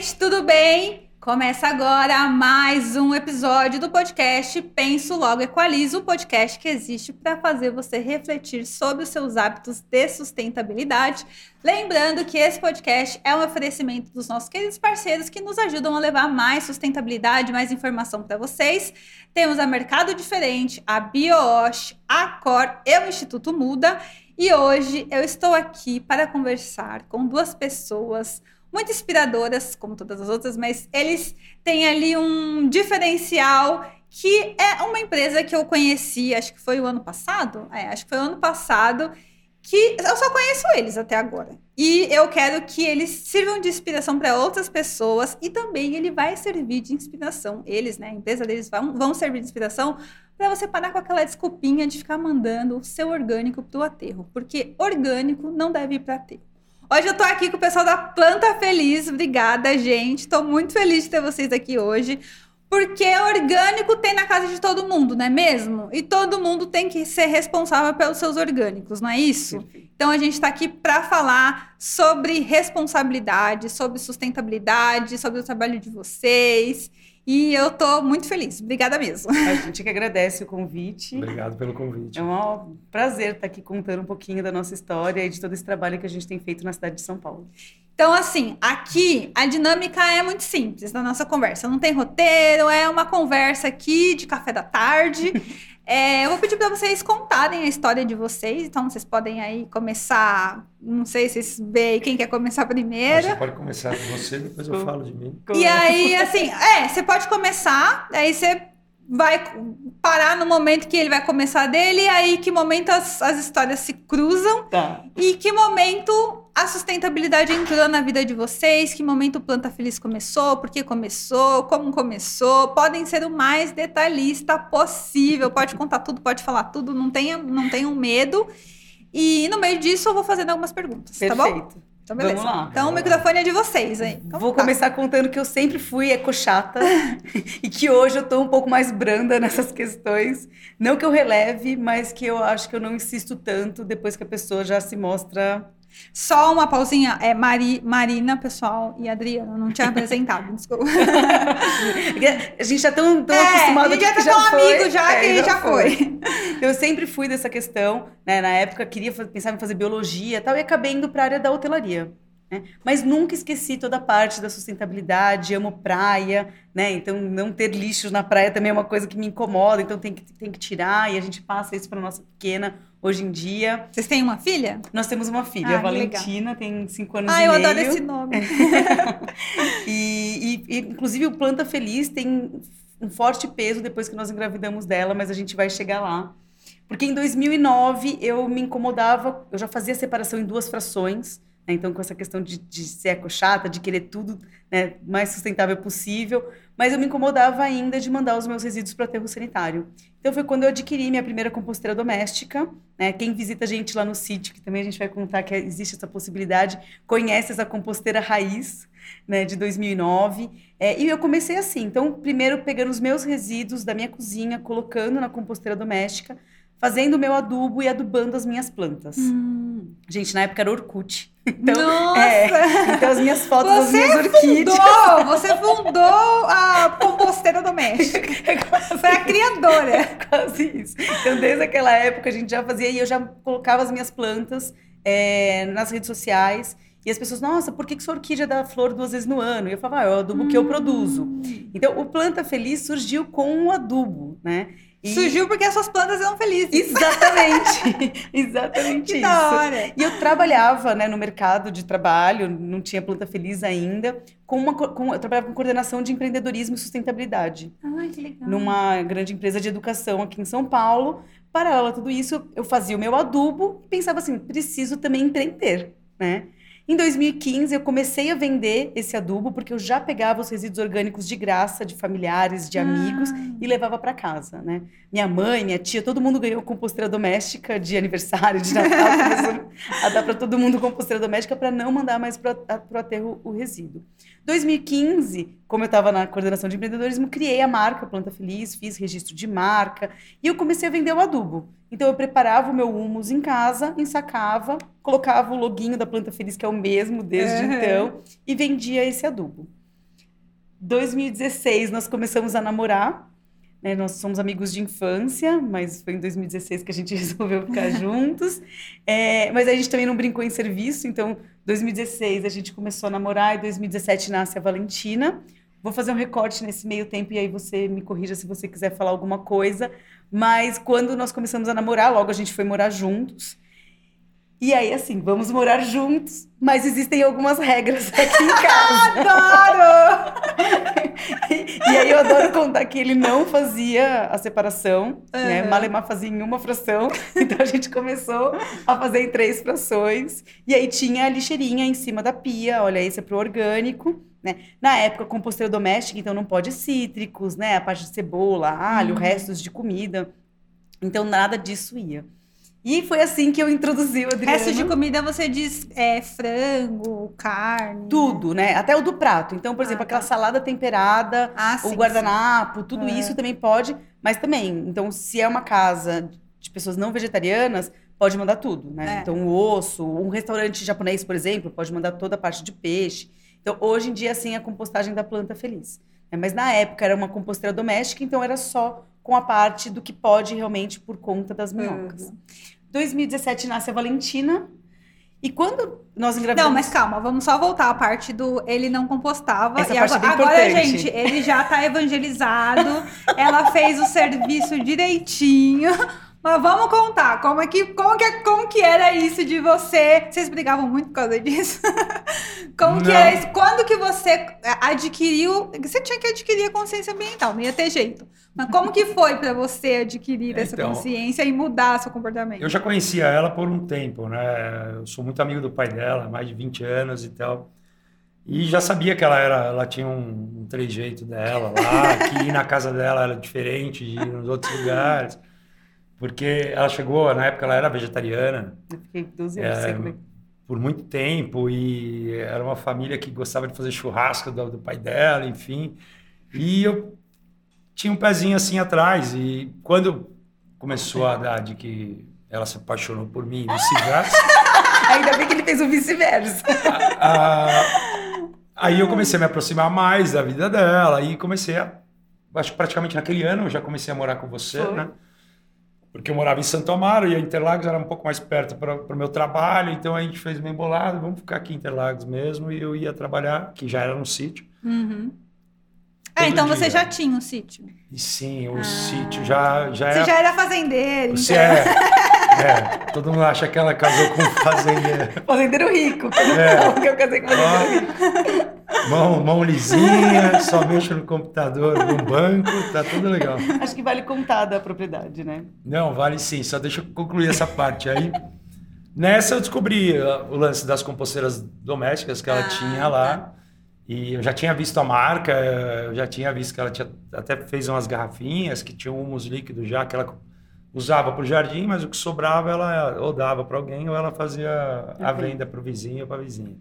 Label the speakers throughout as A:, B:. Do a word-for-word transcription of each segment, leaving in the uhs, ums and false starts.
A: gente, tudo bem? Começa agora mais um episódio do podcast Penso Logo Equalizo, o podcast que existe para fazer você refletir sobre os seus hábitos de sustentabilidade. Lembrando que esse podcast é um oferecimento dos nossos queridos parceiros que nos ajudam a levar mais sustentabilidade, mais informação para vocês. Temos a Mercado Diferente, a BioWash, a Cor e o Instituto Muda. E hoje eu estou aqui para conversar com duas pessoas muito inspiradoras, como todas as outras, mas eles têm ali um diferencial que é uma empresa que eu conheci, acho que foi o ano passado, é, acho que foi o ano passado, que eu só conheço eles até agora. E eu quero que eles sirvam de inspiração para outras pessoas e também ele vai servir de inspiração, eles, né, a empresa deles vão, vão servir de inspiração para você parar com aquela desculpinha de ficar mandando o seu orgânico para o aterro, porque orgânico não deve ir para aterro. Hoje eu tô aqui com o pessoal da Planta Feliz. Obrigada, gente. Tô muito feliz de ter vocês aqui hoje. Porque orgânico tem na casa de todo mundo, não é mesmo? E todo mundo tem que ser responsável pelos seus orgânicos, não é isso? Perfeito. Então a gente tá aqui para falar sobre responsabilidade, sobre sustentabilidade, sobre o trabalho de vocês. E eu tô muito feliz. Obrigada mesmo.
B: A gente que agradece o convite.
C: Obrigado pelo convite.
B: É um prazer estar aqui contando um pouquinho da nossa história e de todo esse trabalho que a gente tem feito na cidade de São Paulo.
A: Então, assim, aqui a dinâmica é muito simples na nossa conversa. Não tem roteiro, é uma conversa aqui de café da tarde. É, eu vou pedir para vocês contarem a história de vocês. Então, vocês podem aí começar... Não sei se vocês veem quem quer começar primeiro.
C: Você pode começar com você, depois eu falo de mim.
A: E aí, assim, é, você pode começar, aí você vai parar no momento que ele vai começar dele, e aí que momento as, as histórias se cruzam.
B: Tá.
A: E que momento a sustentabilidade entrou na vida de vocês, que momento o Planta Feliz começou, por que começou, como começou. Podem ser o mais detalhista possível, pode contar tudo, pode falar tudo, não tenham, não tenham medo. E no meio disso eu vou fazendo algumas perguntas,
B: Perfeito.
A: Tá bom? Então, beleza.
B: Vamos lá.
A: Então, o microfone é de vocês aí. Então,
B: Vou
A: tá.
B: começar contando que eu sempre fui ecochata e que hoje eu tô um pouco mais branda nessas questões. Não que eu releve, mas que eu acho que eu não insisto tanto depois que a pessoa já se mostra...
A: Só uma pausinha, é Mari, Marina, pessoal, e Adriana, não tinha apresentado, desculpa.
B: A gente já tá tão, tão
A: é,
B: acostumado
A: a gente já
B: que
A: tá tão
B: foi.
A: amigo já
B: é,
A: que já,
B: já foi.
A: foi.
B: Eu sempre fui dessa questão, né? Na época queria pensar em fazer biologia e tal, e acabei indo para a área da hotelaria. Né? Mas nunca esqueci toda a parte da sustentabilidade, amo praia, né? Então não ter lixos na praia também é uma coisa que me incomoda, então tem que, tem que tirar, e a gente passa isso para nossa pequena hoje em dia.
A: Vocês têm uma filha?
B: Nós temos uma filha,
A: ah,
B: a Valentina, tem cinco anos
A: ah,
B: e meio.
A: Ah, eu adoro esse nome.
B: e, e, e, inclusive, o Planta Feliz tem um forte peso depois que nós engravidamos dela, mas a gente vai chegar lá. Porque em dois mil e nove eu me incomodava, eu já fazia separação em duas frações, né? Então com essa questão de, de ser ecochata, de querer tudo, né, mais sustentável possível, mas eu me incomodava ainda de mandar os meus resíduos para o aterro sanitário. Então foi quando eu adquiri minha primeira composteira doméstica, né? Quem visita a gente lá no sítio, que também a gente vai contar que existe essa possibilidade, conhece essa composteira raiz, né, de dois mil e nove, é, e eu comecei assim, então primeiro pegando os meus resíduos da minha cozinha, colocando na composteira doméstica, fazendo o meu adubo e adubando as minhas plantas. Hum. Gente, na época era Orkut. Então,
A: Nossa!
B: É, então as minhas fotos das
A: você
B: minhas orquídeas.
A: Fundou, você fundou a composteira doméstica. Foi a criadora.
B: É quase isso. Então, desde aquela época, a gente já fazia, e eu já colocava as minhas plantas é, nas redes sociais. E as pessoas, nossa, por que, que sua orquídea dá flor duas vezes no ano? E eu falava, ah, é o adubo hum. que eu produzo. Então, o Planta Feliz surgiu com o adubo, né?
A: E... Surgiu porque as suas plantas eram felizes.
B: Exatamente, exatamente
A: que
B: isso.
A: Da hora.
B: E eu trabalhava, né, no mercado de trabalho, não tinha Planta Feliz ainda, com uma, com, eu trabalhava com coordenação de empreendedorismo e sustentabilidade.
A: Ai, que legal.
B: Numa grande empresa de educação aqui em São Paulo. Paralelo a tudo isso, eu fazia o meu adubo e pensava assim, preciso também empreender, né? Em dois mil e quinze, eu comecei a vender esse adubo porque eu já pegava os resíduos orgânicos de graça, de familiares, de amigos, ah. e levava para casa, né? Minha mãe, minha tia, todo mundo ganhou composteira doméstica de aniversário, de Natal, começou a dar para todo mundo composteira doméstica para não mandar mais para o aterro o resíduo. dois mil e quinze, como eu estava na coordenação de empreendedorismo, criei a marca Planta Feliz, fiz registro de marca e eu comecei a vender o adubo. Então, eu preparava o meu humus em casa, ensacava, colocava o loginho da Planta Feliz, que é o mesmo desde uhum. então, e vendia esse adubo. dois mil e dezesseis nós começamos a namorar, né? Nós somos amigos de infância, mas foi em dois mil e dezesseis que a gente resolveu ficar juntos. É, mas a gente também não brincou em serviço, então dois mil e dezesseis a gente começou a namorar e dois mil e dezessete nasce a Valentina. Vou fazer um recorte nesse meio tempo e aí você me corrija se você quiser falar alguma coisa. Mas quando nós começamos a namorar, logo a gente foi morar juntos. E aí, assim, vamos morar juntos, mas existem algumas regras aqui em casa.
A: Adoro!
B: E aí eu adoro contar que ele não fazia a separação,
A: Uhum.
B: né? Malemar fazia em uma fração, então a gente começou a fazer em três frações. E aí tinha a lixeirinha em cima da pia, olha, esse é pro orgânico, né? Na época, composteira doméstica, então não pode cítricos, né? A parte de cebola, alho,
A: Uhum.
B: restos de comida. Então nada disso ia. E foi assim que eu introduzi o Adriano.
A: Resto de comida você diz é, frango, carne.
B: Tudo, né? Até o do prato. Então, por exemplo,
A: Ah,
B: aquela
A: tá.
B: salada temperada,
A: Ah,
B: o
A: sim,
B: guardanapo, tudo
A: É.
B: isso também pode, mas também, então, se é uma casa de pessoas não vegetarianas, pode mandar tudo, né?
A: É.
B: Então, o osso, um restaurante japonês, por exemplo, pode mandar toda a parte de peixe. Então, hoje em dia, assim, a compostagem da planta feliz. né? Mas na época era uma composteira doméstica, então era só com a parte do que pode realmente por conta das minhocas.
A: Uhum.
B: dois mil e dezessete nasce a Valentina. E quando nós engravidamos...
A: Não, mas calma, vamos só voltar à parte do ele não compostava.
B: Essa
A: e
B: parte
A: agora,
B: é bem
A: agora,
B: importante.
A: gente, ele já tá evangelizado, ela fez o serviço direitinho. Mas vamos contar, como é que, como que, como que era isso de você... Vocês brigavam muito por causa disso? Como que
C: Não.
A: era isso? Quando que você adquiriu... Você tinha que adquirir a consciência ambiental, não ia ter jeito. Mas como que foi pra você adquirir essa
C: Então,
A: consciência e mudar seu comportamento?
C: Eu já conhecia ela por um tempo, né? Eu sou muito amigo do pai dela, há mais de vinte anos e tal. E já sabia que ela era, ela tinha um, um trejeito dela lá, que ir na casa dela era diferente de ir nos outros lugares. Porque ela chegou, na época ela era vegetariana.
B: Eu fiquei doze anos
C: É,
B: sem comer.
C: por muito tempo, e era uma família que gostava de fazer churrasco do, do pai dela, enfim. E eu tinha um pezinho assim atrás, e quando começou a dar de que ela se apaixonou por mim e vice-versa,
B: Ainda bem que ele fez o vice-versa.
C: a- a- aí eu comecei a me aproximar mais da vida dela, e comecei a, acho que praticamente naquele ano eu já comecei a morar com você,
B: Foi.
C: né? Porque eu morava em Santo Amaro e a Interlagos era um pouco mais perto para o meu trabalho, então a gente fez meio bolado, vamos ficar aqui em Interlagos mesmo, e eu ia trabalhar, que já era no sítio.
A: Uhum. Ah,
C: Todo
A: então você
C: dia.
A: já tinha um sítio.
C: E sim, o
A: Ah.
C: sítio já, já
A: Você
C: era...
A: já era fazendeiro.
C: Você
A: então.
C: é, é, todo mundo acha que ela casou com um fazendeiro.
B: Fazendeiro rico.
C: É.
B: Não, que eu casei com fazendeiro rico.
C: Ó, mão, mão lisinha, só mexo no computador, no banco, tá tudo legal.
B: Acho que vale contar da propriedade, né?
C: Não, vale sim, só deixa eu concluir essa parte aí. Nessa eu descobri uh, o lance das composteiras domésticas que ela
A: Ah,
C: tinha lá. E eu já tinha visto a marca, eu já tinha visto que ela tinha, até fez umas garrafinhas que tinham humus líquido já, que ela usava para o jardim, mas o que sobrava ela ou dava para alguém ou ela fazia a
B: Ok.
C: venda para o vizinho ou para a vizinha.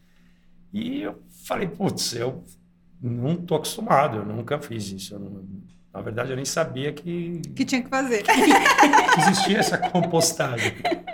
C: E eu falei, putz, eu não tô acostumado, eu nunca fiz isso. Eu não- na verdade, eu nem sabia que,
A: Que tinha que fazer.
C: que existia essa compostagem.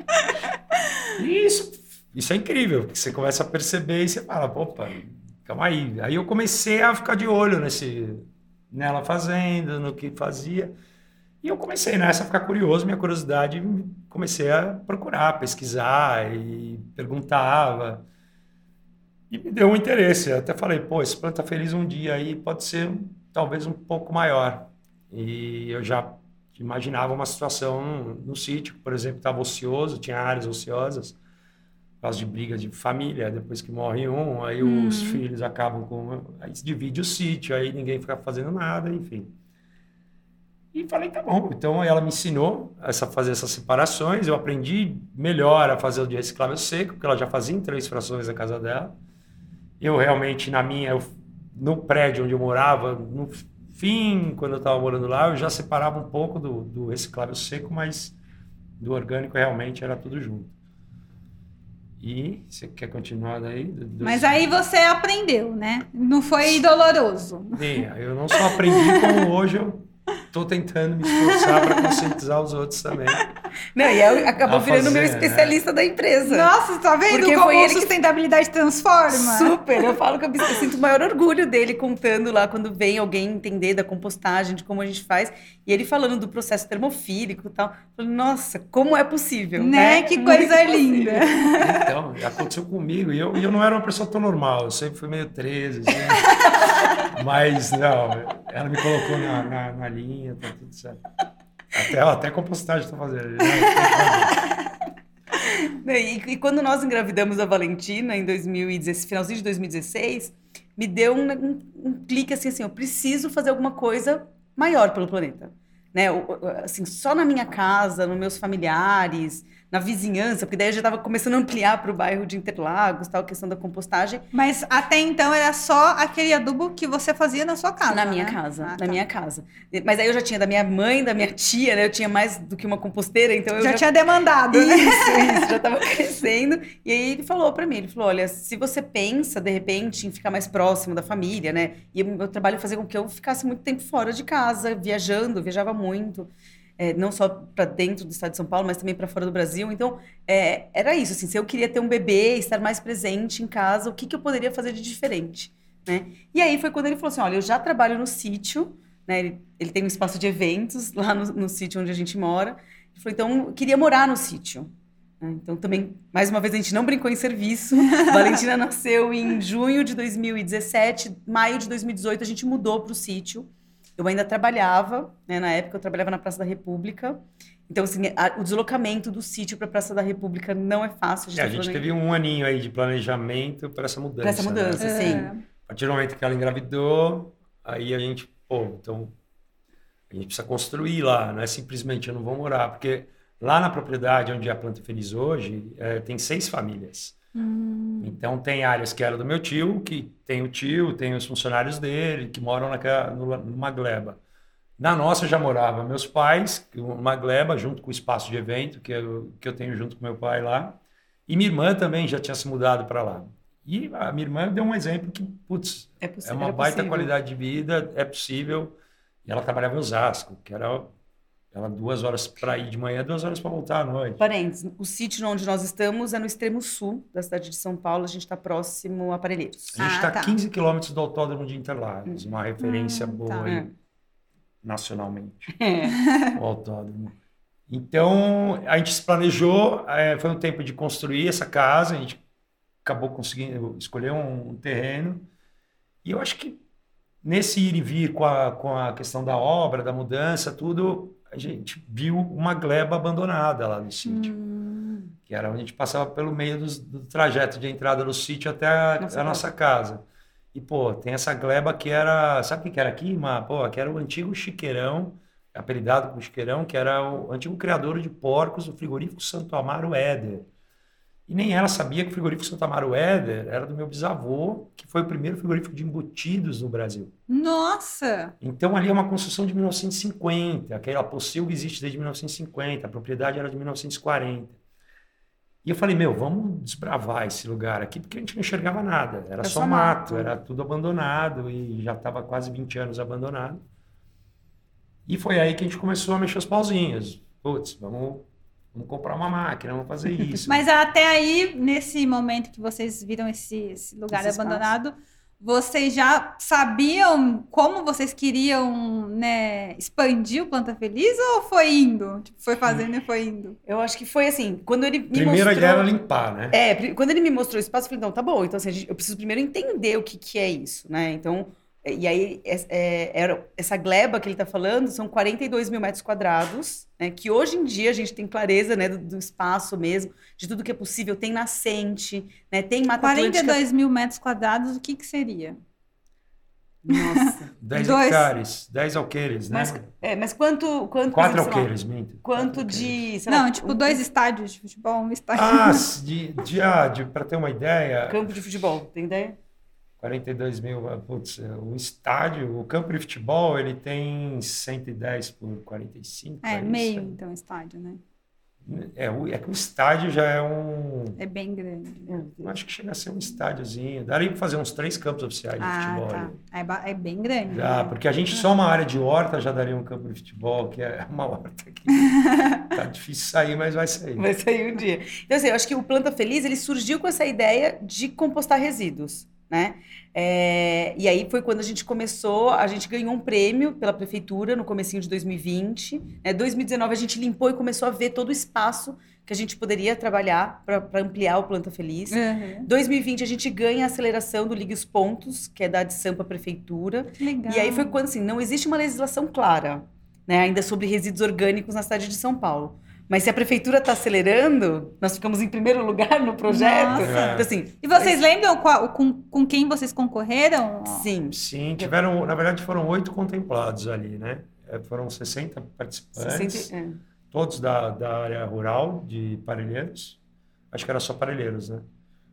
C: E isso, isso é incrível, porque você começa a perceber e você fala, opa, calma aí. Aí eu comecei a ficar de olho nesse, nela fazendo, no que fazia. E eu comecei nessa a ficar curioso, minha curiosidade, comecei a procurar, pesquisar e perguntava. E me deu um interesse. Eu até falei, pô, esse Planta Feliz um dia aí pode ser talvez um pouco maior. E eu já imaginava uma situação no, no sítio, por exemplo, estava ocioso, tinha áreas ociosas, por causa de briga de família, depois que morre um, aí
A: Uhum.
C: os filhos acabam com... Aí se divide o sítio, aí ninguém fica fazendo nada, enfim. E falei, tá bom. Então ela me ensinou a essa- fazer essas separações, eu aprendi melhor a fazer o de reciclável seco, porque ela já fazia em três frações na casa dela. Eu realmente, na minha, eu, no prédio onde eu morava, no fim, quando eu estava morando lá, eu já separava um pouco do, do reciclável seco, mas do orgânico realmente era tudo junto. E você quer continuar daí? Do- do-
A: Mas aí você aprendeu, né? Não foi doloroso.
C: É, eu não só aprendi, como hoje eu tô tentando me esforçar para conscientizar os outros também.
B: Não, e eu, acabou
C: A
B: virando meu
C: fazer,
B: especialista da empresa.
A: Nossa, tá vendo
B: Porque
A: como
B: foi
A: a
B: ele que-
A: sustentabilidade transforma?
B: Super, eu falo que eu, eu sinto o maior orgulho dele contando lá quando vem alguém entender da compostagem, de como a gente faz, e ele falando do processo termofílico e tal. Eu falo, nossa, como é possível,
A: Né?
B: né?
A: Que
B: Muito
A: coisa
B: possível.
A: linda.
C: Então, aconteceu comigo. E eu, e eu não era uma pessoa tão normal. Eu sempre fui meio treze, assim. Mas, não, ela me colocou na, na, na linha, tá tudo certo. Até, ó, até compostagem tô fazendo. Né? Tem que fazer.
B: E, e quando nós engravidamos a Valentina, em dois mil e dezesseis, finalzinho de dois mil e dezesseis, me deu um, um, um clique assim, assim, eu preciso fazer alguma coisa maior pelo planeta. Né? O- o- Assim, só na minha casa, nos meus familiares, na vizinhança, porque daí eu já estava começando a ampliar para o bairro de Interlagos, tal, a questão da compostagem.
A: Mas até então era só aquele adubo que você fazia na sua casa,
B: Na minha
A: né?
B: casa,
A: Ah,
B: na
A: tá.
B: minha casa. Mas aí eu já tinha da minha mãe, da minha tia, né? Eu tinha mais do que uma composteira, então eu
A: Já
B: já
A: tinha demandado, né?
B: Isso, isso, já estava crescendo. E aí ele falou para mim, ele falou, olha, se você pensa, de repente, em ficar mais próximo da família, né? E o meu trabalho fazia com que eu ficasse muito tempo fora de casa, viajando, viajava muito. É, não só para dentro do estado de São Paulo, mas também para fora do Brasil. Então, é, era isso, assim, se eu queria ter um bebê, estar mais presente em casa, o que, que eu poderia fazer de diferente, né? E aí foi quando ele falou assim, olha, eu já trabalho no sítio, né? Ele, ele tem um espaço de eventos lá no, no sítio onde a gente mora. Ele falou, então, eu queria morar no sítio. Né? Então, também, mais uma vez, a gente não brincou em serviço. Valentina nasceu em junho de dois mil e dezessete, maio de dois mil e dezoito, a gente mudou para o sítio. Eu ainda trabalhava, né? Na época eu trabalhava na Praça da República. Então, assim, a- o deslocamento do sítio para a Praça da República não é fácil.
C: É, a gente teve um aninho aí de planejamento para essa mudança.
B: Para essa mudança,
C: né?
B: sim.
A: É.
C: A partir do momento que ela engravidou, aí a gente, pô, então a gente precisa construir lá, não é simplesmente eu não vou morar, porque lá na propriedade onde é a Planta Feliz hoje, é, tem seis famílias.
A: Hum.
C: Então tem áreas que era do meu tio, que tem o tio, tem os funcionários dele, que moram naquela, numa numa gleba. Na nossa já morava meus pais, uma gleba, junto com o espaço de evento que eu, que eu tenho junto com meu pai lá. E minha irmã também já tinha se mudado para lá. E a minha irmã deu um exemplo que, putz,
B: É, possi-
C: é uma
B: era
C: baita
B: possível.
C: qualidade de vida, é possível. E ela trabalhava em Osasco, que era ela duas horas para ir de manhã, duas horas para voltar à noite.
B: Parênteses, o sítio onde nós estamos é no extremo sul da cidade de São Paulo, a gente está próximo a Parelheiros.
C: A gente
A: Ah,
C: está
A: tá.
C: a quinze quilômetros do Autódromo de Interlagos, uma referência
A: Hum,
C: boa
A: tá.
C: aí,
B: É.
C: nacionalmente,
B: É.
C: o autódromo. Então, a gente se planejou, é, foi um tempo de construir essa casa, a gente acabou conseguindo escolher um, um terreno, e eu acho que nesse ir e vir com a, com a questão da obra, da mudança, tudo, a gente viu uma gleba abandonada lá no sítio,
A: Hum.
C: que era onde a gente passava pelo meio dos- do, trajeto de entrada no sítio até a
B: Nossa
C: a nossa casa. E, pô, tem essa gleba que era... Sabe o que que era aqui, Má? Pô, que era o antigo chiqueirão, apelidado como chiqueirão, que era o antigo criador de porcos do frigorífico Santo Amaro Éder. E nem ela sabia que o frigorífico Santo Amaro Éder era do meu bisavô, que foi o primeiro frigorífico de embutidos no Brasil.
A: Nossa!
C: Então, ali é uma construção de mil novecentos e cinquenta. Aquela Pocilga existe desde mil novecentos e cinquenta. A propriedade era de mil novecentos e quarenta. E eu falei, meu, vamos desbravar esse lugar aqui, porque a gente não enxergava nada. Era
B: Era
C: só
B: só
C: mato,
B: mato.
C: era tudo abandonado e já estava quase vinte anos abandonado. E foi aí que a gente começou a mexer os pauzinhos. Putz, vamos, vamos comprar uma máquina, vamos fazer isso.
A: Mas até aí, nesse momento que vocês viram esse, esse lugar
B: Esse espaço.
A: abandonado, vocês já sabiam como vocês queriam, né, expandir o Planta Feliz ou foi indo? Tipo, foi fazendo e foi indo?
B: Eu acho que foi assim, quando ele me
C: Primeira
B: mostrou...
C: ideia era limpar, né?
B: É, pri- quando ele me mostrou o espaço, eu falei, então, tá bom. Então, assim, a gente- eu preciso primeiro entender o que, que é isso, né? Então, é- e aí, é- é- era, essa gleba que ele tá falando são quarenta e dois mil metros quadrados, né? Que hoje em dia a gente tem clareza, né, do, do espaço mesmo, de tudo que é possível. Tem nascente, né? Tem Mata
A: quarenta e
B: Atlântica.
A: dois mil metros quadrados, o que que seria?
B: Nossa.
C: dez
A: Dois.
C: hectares, dez alqueires, né?
B: Mas, é, mas quanto... quanto por
C: Quatro
B: exemplo, sei lá,
C: alqueires, minto.
B: Quanto
C: Quatro alqueires.
B: de... sei lá,
A: Não, tipo,
B: um-
A: dois estádios de futebol, um estádio.
C: Ah, de, de, ah, de, para ter uma ideia,
B: Campo de futebol, tem ideia?
C: quarenta e dois mil, ah, putz, o estádio, o campo de futebol, ele tem cento e dez por quarenta e cinco.
A: É,
C: isso?
A: meio, então, estádio, né?
C: É, o- é que o estádio já é um...
A: É bem grande.
C: Eu acho que chega a ser um estádiozinho. Daria para fazer uns três campos oficiais de
A: Ah,
C: futebol.
A: tá.
C: ali.
A: É, ba- é bem grande.
C: Já, porque a gente só uma área de horta já daria um campo de futebol, que é uma horta que tá difícil sair, mas vai sair.
B: Vai sair um dia. Então, assim, eu acho que o Planta Feliz, ele surgiu com essa ideia de compostar resíduos, né? É, e aí foi quando a gente começou, a gente ganhou um prêmio pela prefeitura no comecinho de dois mil e vinte. Né? dois mil e dezenove a gente limpou e começou a ver todo o espaço que a gente poderia trabalhar para ampliar o Planta Feliz.
A: Uhum.
B: dois mil e vinte a gente ganha a aceleração do Ligue os Pontos, que é da ADSAM para a prefeitura.
A: Que legal.
B: E aí foi quando, assim, não existe uma legislação clara, né, ainda sobre resíduos orgânicos na cidade de São Paulo. Mas se a prefeitura está acelerando, nós ficamos em primeiro lugar no projeto.
A: Nossa.
B: Então, assim,
A: E vocês lembram qual- com, com quem vocês concorreram?
B: sim.
C: Sim, tiveram, na verdade foram oito contemplados ali, né? É, Foram sessenta participantes,
B: sessenta, é.
C: todos da, da área rural de Parelheiros. Acho que era só Parelheiros, né?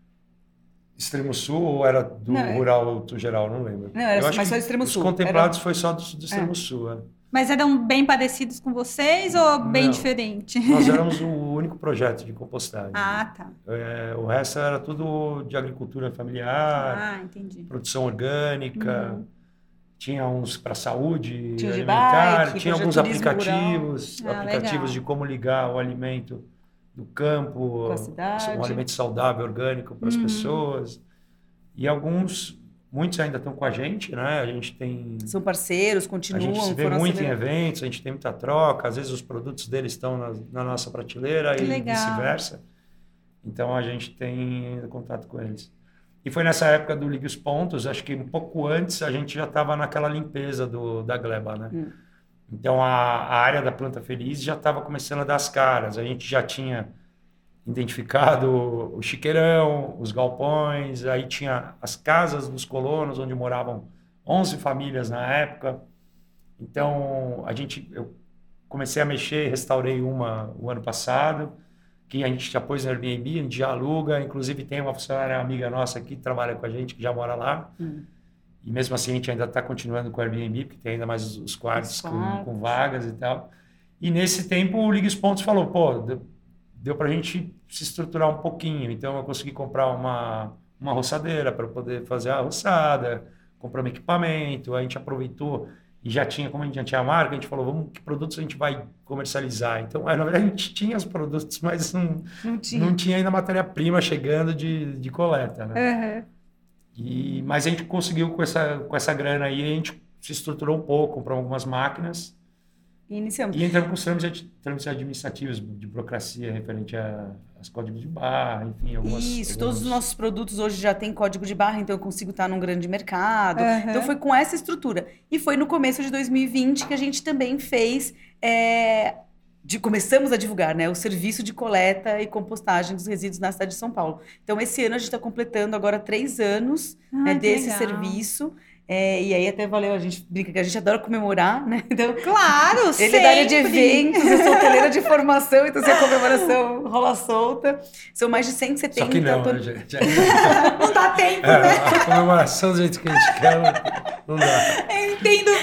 C: Extremo Sul ou era do
B: Não, é-
C: rural do geral, não lembro.
B: Não, era
C: Eu acho
B: mas
C: que
B: só Extremo Sul.
C: Os contemplados
B: Era-
C: foi só do, do Extremo Sul, é.
A: Mas eram bem parecidos com vocês ou bem
C: Não.
A: diferente?
C: Nós éramos o único projeto de compostagem.
A: Ah, tá.
C: É, o resto era tudo de agricultura familiar,
A: Ah, entendi.
C: produção orgânica,
A: Uhum.
C: tinha uns para saúde
B: Tinha de
C: alimentar,
B: bike,
C: tinha
B: projeto
C: alguns
B: turismo
C: aplicativos,
A: rural. Ah,
C: aplicativos
A: legal.
C: de como ligar o alimento do campo,
B: Com a cidade.
C: um alimento saudável, orgânico para as
A: Uhum.
C: pessoas. E alguns, muitos ainda estão com a gente, né? A gente tem
B: São parceiros,
C: a
B: continuam.
C: gente se vê
B: foram
C: muito em
B: acelerando.
C: eventos, a gente tem muita troca, às vezes os produtos deles estão na, na nossa prateleira
A: Que
C: e
A: legal.
C: vice-versa. Então a gente tem contato com eles. E foi nessa época do Ligue os Pontos, acho que um pouco antes a gente já estava naquela limpeza do, da gleba, né?
B: Hum.
C: Então a, a área da Planta Feliz já estava começando a dar as caras, a gente já tinha identificado o chiqueirão, os galpões, aí tinha as casas dos colonos, onde moravam onze famílias na época. Então, a gente, eu comecei a mexer, restaurei uma o ano passado, que a gente já pôs no Airbnb, a gente já aluga, inclusive tem uma funcionária amiga nossa que trabalha com a gente, que já mora lá.
B: Hum.
C: E mesmo assim a gente ainda está continuando com o Airbnb, porque tem ainda mais os, os quartos,
B: Os
C: com,
B: quartos.
C: com vagas e tal. E nesse tempo o Ligue os Pontos falou, pô, deu, deu para a gente se estruturar um pouquinho. Então eu consegui comprar uma, uma roçadeira para poder fazer a roçada, comprar um equipamento, a gente aproveitou e já tinha, como a gente já tinha a marca, a gente falou, vamos, que produtos a gente vai comercializar? Então, é, na verdade, a gente tinha os produtos, mas não,
B: Não tinha.
C: não tinha ainda matéria-prima chegando de, de coleta, né?
A: Uhum.
C: E, mas a gente conseguiu com essa, com essa grana aí, a gente se estruturou um pouco, comprou algumas máquinas
B: E iniciamos.
C: e entramos com os trâmites, trâmites administrativos de burocracia referente a, aos códigos de barra, enfim, algumas...
B: Isso,
C: algumas...
B: todos os nossos produtos hoje já têm código de barra, então eu consigo estar num grande mercado.
A: Uhum.
B: Então foi com essa estrutura. E foi no começo de dois mil e vinte que a gente também fez, é, de, começamos a divulgar, né, o serviço de coleta e compostagem dos resíduos na cidade de São Paulo. Então esse ano a gente está completando agora três anos né,
A: Ai, que
B: desse
A: legal.
B: serviço. É, e aí até valeu, a gente brinca que a gente adora comemorar, né? Então,
A: Claro,
B: ele
A: sempre.
B: é da área de eventos, eu sou hoteleira de formação, então assim, a comemoração rola solta. São mais de cento e setenta.
C: Só que não,
B: ton-
C: né, gente?
A: Não dá tempo,
C: É,
A: né?
C: a comemoração do jeito que a gente quer, não dá.
A: Eu entendo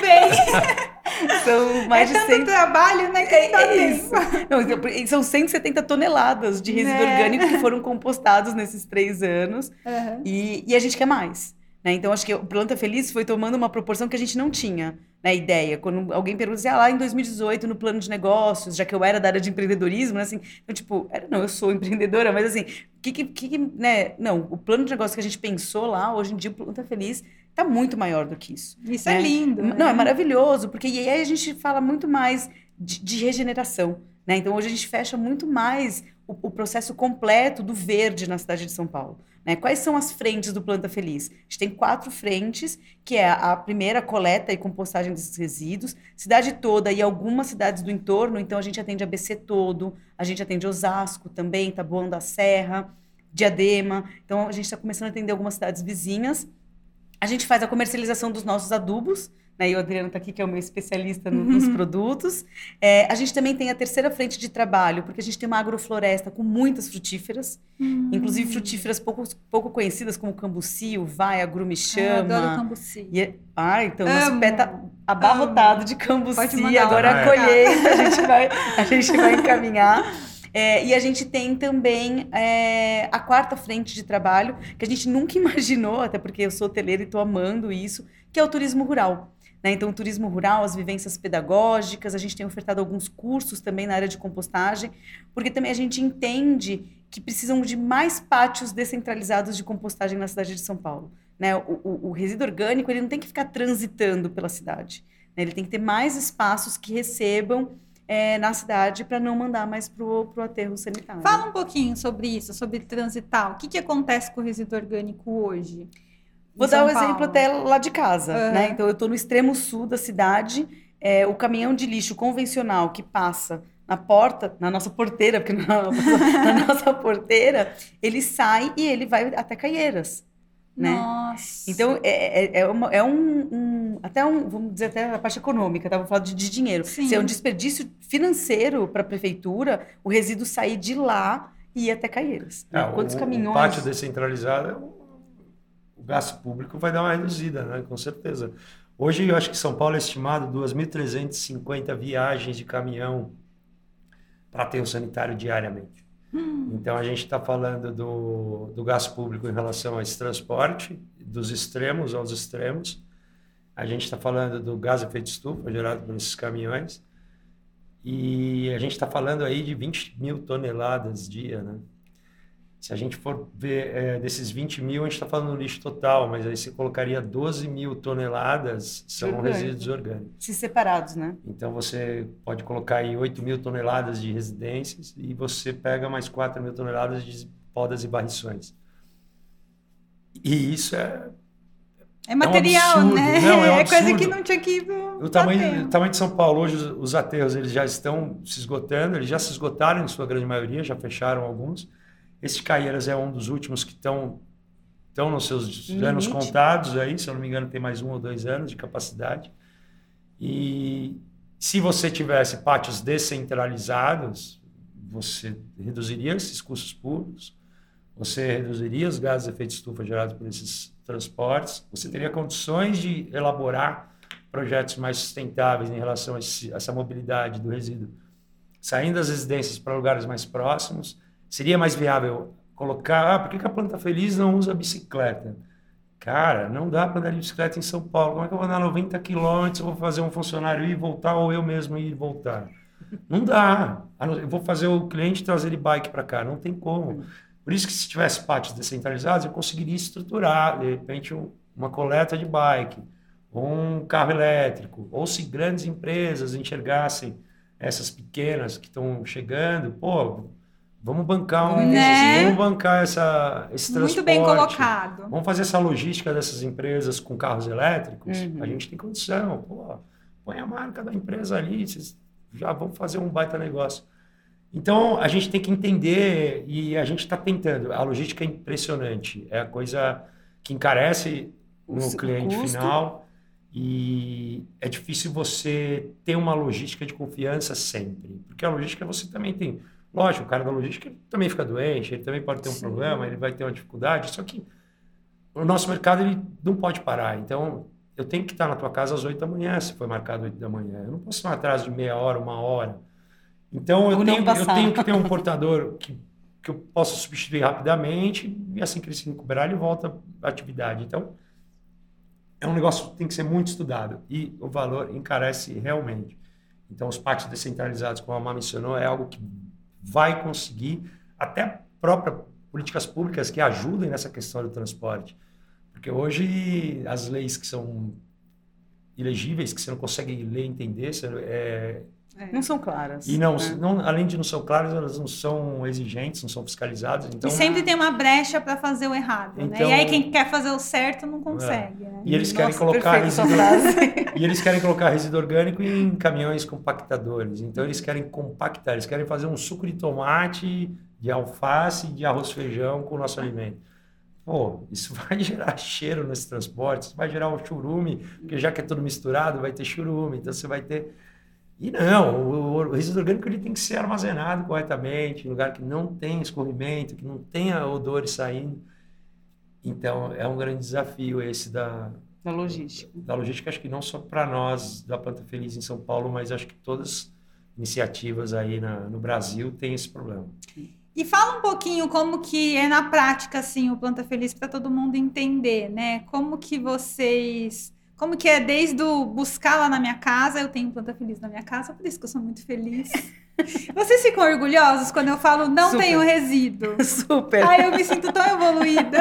A: bem.
B: São mais
A: é
B: de
A: tanto
B: cem.
A: trabalho, né? Que não dá
B: É isso.
A: tempo.
B: Não, então, são cento e setenta toneladas de resíduo
A: Né?
B: orgânico que foram compostados nesses três anos.
A: Uhum.
B: E, e a gente quer mais. Né? Então, acho que o Planta Feliz foi tomando uma proporção que a gente não tinha né, ideia. Quando alguém pergunta assim, ah, lá em dois mil e dezoito, no plano de negócios, já que eu era da área de empreendedorismo, né, assim, eu, tipo, era, não, eu sou empreendedora, mas assim, que, que, que, né, não, o plano de negócio que a gente pensou lá, hoje em dia, o Planta Feliz está muito maior do que isso.
A: Isso
B: né?
A: é lindo.
B: Não,
A: né?
B: é maravilhoso, porque e aí a gente fala muito mais de, de regeneração, né? Então, hoje a gente fecha muito mais o, o processo completo do verde na cidade de São Paulo. Né? Quais são as frentes do Planta Feliz? A gente tem quatro frentes, que é a, a primeira, coleta e compostagem desses resíduos, cidade toda e algumas cidades do entorno, então a gente atende A B C todo, a gente atende Osasco também, Taboão da Serra, Diadema, então a gente está começando a atender algumas cidades vizinhas. A gente faz a comercialização dos nossos adubos, né? E o Adriano está aqui, que é o meu especialista no, nos produtos. É, a gente também tem a terceira frente de trabalho, porque a gente tem uma agrofloresta com muitas frutíferas,
A: Hum.
B: inclusive frutíferas pouco, pouco conhecidas, como cambuci, uvaia,
A: Eu
B: agrumichama.
A: adoro cambuci.
B: E é- ah, então nosso
A: Amo.
B: pé tá abarrotado de
A: Pode
B: cambuci,
A: mandar
B: agora
C: lá.
B: a colheita, a gente vai, a gente vai encaminhar. É, e a gente tem também é, a quarta frente de trabalho, que a gente nunca imaginou, até porque eu sou hoteleira e estou amando isso, que é o turismo rural. Né? Então, o turismo rural, as vivências pedagógicas, a gente tem ofertado alguns cursos também na área de compostagem, porque também a gente entende que precisam de mais pátios descentralizados de compostagem na cidade de São Paulo. Né? O, o, o resíduo orgânico ele não tem que ficar transitando pela cidade. Né? Ele tem que ter mais espaços que recebam é, na cidade para não mandar mais para o aterro sanitário.
A: Fala um pouquinho sobre isso, sobre transitar. O que, que acontece com o resíduo orgânico hoje?
B: Vou dar o um exemplo até lá de casa. Uhum. Né? Então, eu estou no extremo sul da cidade, é, o caminhão de lixo convencional que passa na porta, na nossa porteira, porque na, na nossa porteira, ele sai e ele vai até Caieiras. Né?
A: Nossa!
B: Então, é, é, é, uma, é um, um, até um, vamos dizer, até a parte econômica, tá? Vou falar de, de dinheiro. Se é um desperdício financeiro para a prefeitura, o resíduo sair de lá e ir até Caieiras.
C: É,
B: né? Quantos
C: o,
B: caminhões...
C: O pátio descentralizado, o gasto público vai dar uma reduzida, né? Com certeza. Hoje, eu acho que São Paulo é estimado duas mil trezentas e cinquenta viagens de caminhão para aterro sanitário diariamente. Hum. Então, a gente está falando do, do gasto público em relação a esse transporte, dos extremos aos extremos. A gente está falando do gás de efeito estufa gerado por esses caminhões. E a gente está falando aí de vinte mil toneladas dia, né? Se a gente for ver é, desses vinte mil, a gente está falando do lixo total, mas aí você colocaria doze mil toneladas, são Orgânico. resíduos orgânicos.
B: Se separados, né?
C: Então, você pode colocar aí oito mil toneladas de residências e você pega mais quatro mil toneladas de podas e barrições. E isso é...
A: É material,
C: é um
A: né?
C: Não, é, um
A: é coisa que não tinha que...
C: O tamanho, o tamanho de São Paulo, hoje, os, os aterros eles já estão se esgotando, eles já se esgotaram em sua grande maioria, já fecharam alguns. Esse Caieiras é um dos últimos que estão estão nos seus Limite. anos contados aí, se eu não me engano, tem mais um ou dois anos de capacidade. E se você tivesse pátios descentralizados, você reduziria esses custos públicos, você reduziria os gases de efeito estufa gerados por esses transportes, você teria condições de elaborar projetos mais sustentáveis em relação a, esse, a essa mobilidade do resíduo, saindo das residências para lugares mais próximos. Seria mais viável colocar... Ah, por que a Planta Feliz não usa bicicleta? Cara, não dá para andar de bicicleta em São Paulo. Como é que eu vou andar noventa quilômetros, eu vou fazer um funcionário ir e voltar, ou eu mesmo ir e voltar? Não dá. Eu vou fazer o cliente trazer ele bike para cá. Não tem como. Por isso que se tivesse pátios descentralizados, eu conseguiria estruturar, de repente, uma coleta de bike, ou um carro elétrico, ou se grandes empresas enxergassem essas pequenas que estão chegando, pô... Vamos bancar, um, né? vamos bancar essa, esse transporte.
A: Muito bem colocado.
C: Vamos fazer essa logística dessas empresas com carros elétricos. Uhum. A gente tem condição. Pô, põe a marca da empresa ali, vocês já vão fazer um baita negócio. Então, a gente tem que entender e a gente está tentando. A logística é impressionante. É a coisa que encarece no o cliente custo. final e é difícil você ter uma logística de confiança sempre. Porque a logística você também tem... Lógico, o cara da logística também fica doente, ele também pode ter um Sim. problema, ele vai ter uma dificuldade, só que o nosso mercado ele não pode parar. Então, eu tenho que estar na tua casa às oito da manhã, se foi marcado oito da manhã. Eu não posso estar atrás de meia hora, uma hora. Então, eu, tenho, eu tenho que ter um portador que, que eu possa substituir rapidamente e assim que ele se recuperar, ele volta à atividade. Então, é um negócio que tem que ser muito estudado e o valor encarece realmente. Então, os pátios descentralizados, como a Má mencionou, é algo que vai conseguir, até próprias políticas públicas que ajudem nessa questão do transporte. Porque hoje as leis que são ilegíveis, que você não consegue ler e entender, você, é,
B: é. não são claras.
C: E não,
B: né?
C: não, além de não são claras, elas não são exigentes, não são fiscalizadas. Então,
A: e sempre tem uma brecha para fazer o errado. Então, né? E aí quem quer fazer o certo não consegue. É. Né?
C: E eles querem
B: Nossa,
C: colocar resíduo, e eles querem colocar resíduo orgânico em caminhões compactadores. Então eles querem compactar, eles querem fazer um suco de tomate, de alface, de arroz feijão com o nosso alimento. Pô, isso vai gerar cheiro nesse transporte, isso vai gerar um churume, porque já que é tudo misturado, vai ter churume, então você vai ter... E não, o, o resíduo orgânico ele tem que ser armazenado corretamente, em lugar que não tem escorrimento, que não tenha odores saindo. Então, é um grande desafio esse da...
B: Da logística.
C: Da logística, acho que não só para nós, da Planta Feliz em São Paulo, mas acho que todas iniciativas aí na, no Brasil têm esse problema.
A: E fala um pouquinho como que é na prática, assim, o Planta Feliz, para todo mundo entender, né? Como que vocês... Como que é desde o buscar lá na minha casa, eu tenho Planta Feliz na minha casa, por isso que eu sou muito feliz. Vocês ficam orgulhosos quando eu falo não
B: Super.
A: tenho resíduo?
B: Super.
A: Ai, eu me sinto tão evoluída.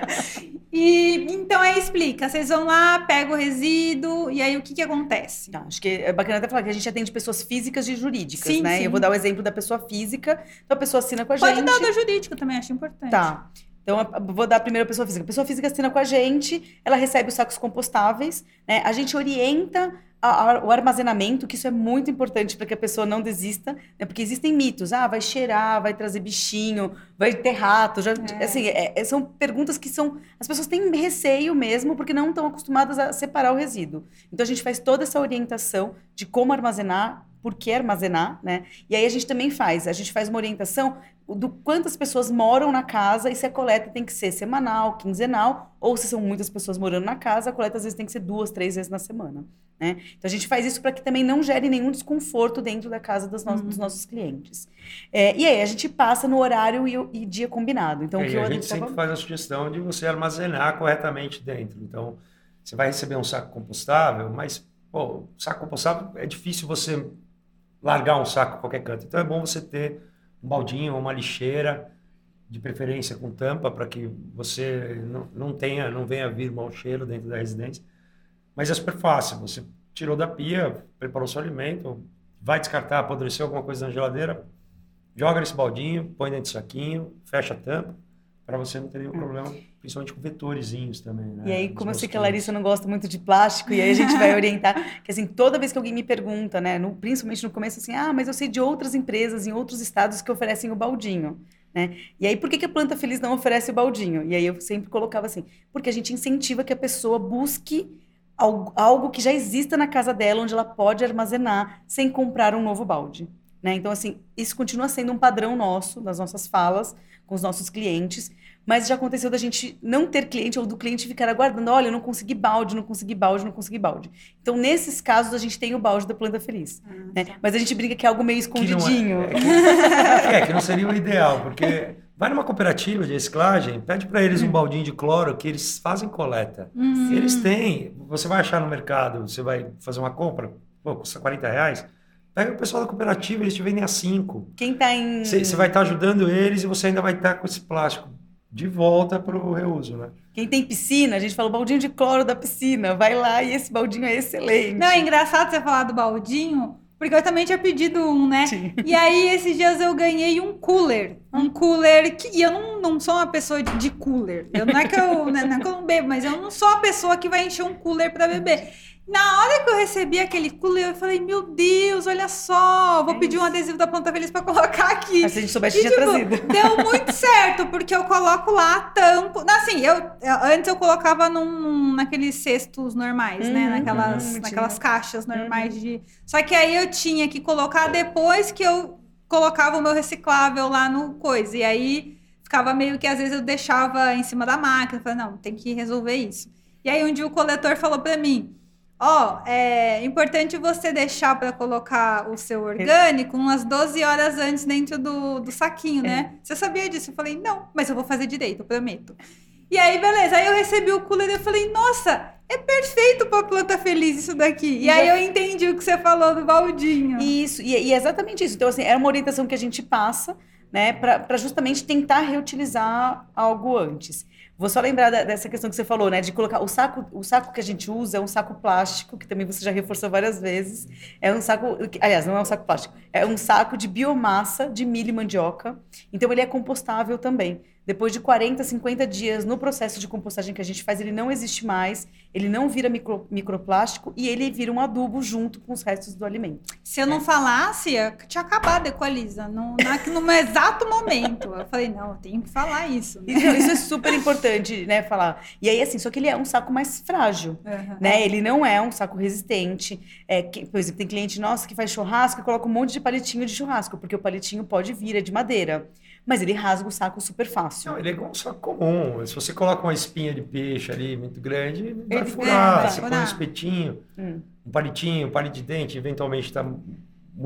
A: E então aí explica, vocês vão lá, pegam o resíduo, e aí o que que acontece?
B: Tá, acho que é bacana até falar que a gente atende pessoas físicas e jurídicas,
A: Sim,
B: né?
A: sim.
B: Eu vou dar o exemplo da pessoa física, então a pessoa assina com a
A: Pode
B: gente.
A: dar o da jurídica também, acho importante.
B: Tá. Então, eu vou dar primeiro a pessoa física. A pessoa física assina com a gente, ela recebe os sacos compostáveis, né? A gente orienta a, a, o armazenamento, que isso é muito importante para que a pessoa não desista, né? Porque existem mitos. Ah, vai cheirar, vai trazer bichinho, vai ter rato. Já,
A: É.
B: Assim, é, é, são perguntas que são... As pessoas têm receio mesmo, porque não estão acostumadas a separar o resíduo. Então, a gente faz toda essa orientação de como armazenar, por que armazenar, né? E aí a gente também faz, a gente faz uma orientação do quantas pessoas moram na casa e se a coleta tem que ser semanal, quinzenal, ou se são muitas pessoas morando na casa, a coleta às vezes tem que ser duas, três vezes na semana, né? Então a gente faz isso para que também não gere nenhum desconforto dentro da casa dos, no-
A: Uhum.
B: dos nossos clientes. É, e aí a gente passa no horário e, o- e dia combinado. Então,
C: E
B: o que
C: aí
B: eu
C: a gente
B: tava-
C: sempre faz a sugestão de você armazenar corretamente dentro. Então, você vai receber um saco compostável, mas pô, o saco compostável é difícil você largar um saco em qualquer canto. Então, é bom você ter um baldinho ou uma lixeira, de preferência com tampa, para que você não, não tenha, não venha vir mau cheiro dentro da residência. Mas é super fácil. Você tirou da pia, preparou seu alimento, vai descartar, apodreceu alguma coisa na geladeira, joga nesse baldinho, põe dentro do saquinho, fecha a tampa, para você não ter nenhum problema, principalmente com vetorzinhos também, né?
B: E aí,
C: Dos
B: como eu sei que a
C: mosquitos.
B: Larissa não gosta muito de plástico, e aí a gente vai orientar, que assim, toda vez que alguém me pergunta, né, no- principalmente no começo, assim, ah, mas eu sei de outras empresas em outros estados que oferecem o baldinho, né? E aí, por que que a Planta Feliz não oferece o baldinho? E aí eu sempre colocava assim, porque a gente incentiva que a pessoa busque algo, algo que já exista na casa dela, onde ela pode armazenar, sem comprar um novo balde, né? Então, assim, isso continua sendo um padrão nosso, das nossas falas com os nossos clientes, mas já aconteceu da gente não ter cliente ou do cliente ficar aguardando, olha, eu não consegui balde, não consegui balde, não consegui balde. Então, nesses casos, a gente tem o balde da Planta Feliz, né? Mas a gente brinca que é algo meio
C: Que não é-
B: escondidinho.
C: É, que, é, que não seria o ideal, porque vai numa cooperativa de reciclagem, pede para eles um baldinho de cloro que eles fazem coleta.
A: Hum.
C: Eles têm, você vai achar no mercado, você vai fazer uma compra, pô, custa quarenta reais, pega o pessoal da cooperativa, eles te vendem a cinco.
B: Quem tá em...
C: Você você vai estar ajudando eles e você ainda vai estar com esse plástico de volta para o reuso, né?
B: Quem tem piscina, a gente fala o baldinho de cloro da piscina, vai lá e esse baldinho é excelente.
A: Não, é engraçado você falar do baldinho, porque eu também tinha pedido um, né?
B: Sim.
A: E aí, esses dias eu ganhei um cooler. Um cooler que... E eu não, não sou uma pessoa de, de cooler. Eu, não, é que eu, né, não é que eu não bebo, mas eu não sou a pessoa que vai encher um cooler pra beber. Na hora que eu recebi aquele cooler, eu falei, meu Deus, olha só, vou
B: É
A: pedir um
B: isso.
A: adesivo da Planta Feliz pra colocar aqui.
B: Mas se a gente soubesse,
A: E,
B: tinha
A: tipo,
B: trazido.
A: deu muito certo, porque eu coloco lá, tampo. Assim, eu, eu- antes eu colocava num, naqueles cestos normais, né?
B: Uhum,
A: Naquelas,
B: uhum,
A: naquelas
B: tinha.
A: caixas normais de. Só que aí eu tinha que colocar depois que eu colocava o meu reciclável lá no coisa. E aí ficava meio que às vezes eu deixava em cima da máquina. Falei, não, tem que resolver isso. E aí um dia o coletor falou pra mim. Ó, é importante você deixar para colocar o seu orgânico umas doze horas antes dentro do, do saquinho, né? Você sabia disso? Eu falei, não, mas eu vou fazer direito, eu prometo. E aí, beleza. Aí eu recebi o cooler e eu falei, nossa, é perfeito para Planta Feliz isso daqui. E,
B: E
A: aí
B: já-
A: eu entendi o que você falou do baldinho.
B: Isso, e, e é exatamente isso. Então, assim, é uma orientação que a gente passa, né, para justamente tentar reutilizar algo antes. Vou só lembrar da- dessa questão que você falou, né, de colocar o saco, o saco que a gente usa é um saco plástico, que também você já reforçou várias vezes. É um saco, aliás, não é um saco plástico, é um saco de biomassa de milho e mandioca. Então, ele é compostável também. Depois de quarenta, cinquenta dias no processo de compostagem que a gente faz, ele não existe mais, ele não vira micro, microplástico e ele vira um adubo junto com os restos do alimento.
A: Se eu não falasse, ia- tinha acabado a Equaliza, no, na, no exato momento. Eu falei, não, eu tenho que falar isso. Né?
B: Isso, isso é super importante, né, falar. E aí, assim, só que ele é um saco mais frágil,
A: Uhum.
B: né? Ele não é um saco resistente. É, que, por exemplo, tem cliente nosso que faz churrasco e coloca um monte de palitinho de churrasco, porque o palitinho pode vir, é de madeira. Mas ele rasga o saco super fácil.
C: Não, ele é igual um saco comum. Se você coloca uma espinha de peixe ali muito grande, vai
B: Ele-
C: furar.
A: é, vai
C: você põe
A: furar.
C: um espetinho,
B: Hum.
C: um palitinho, um palito de dente, eventualmente está muito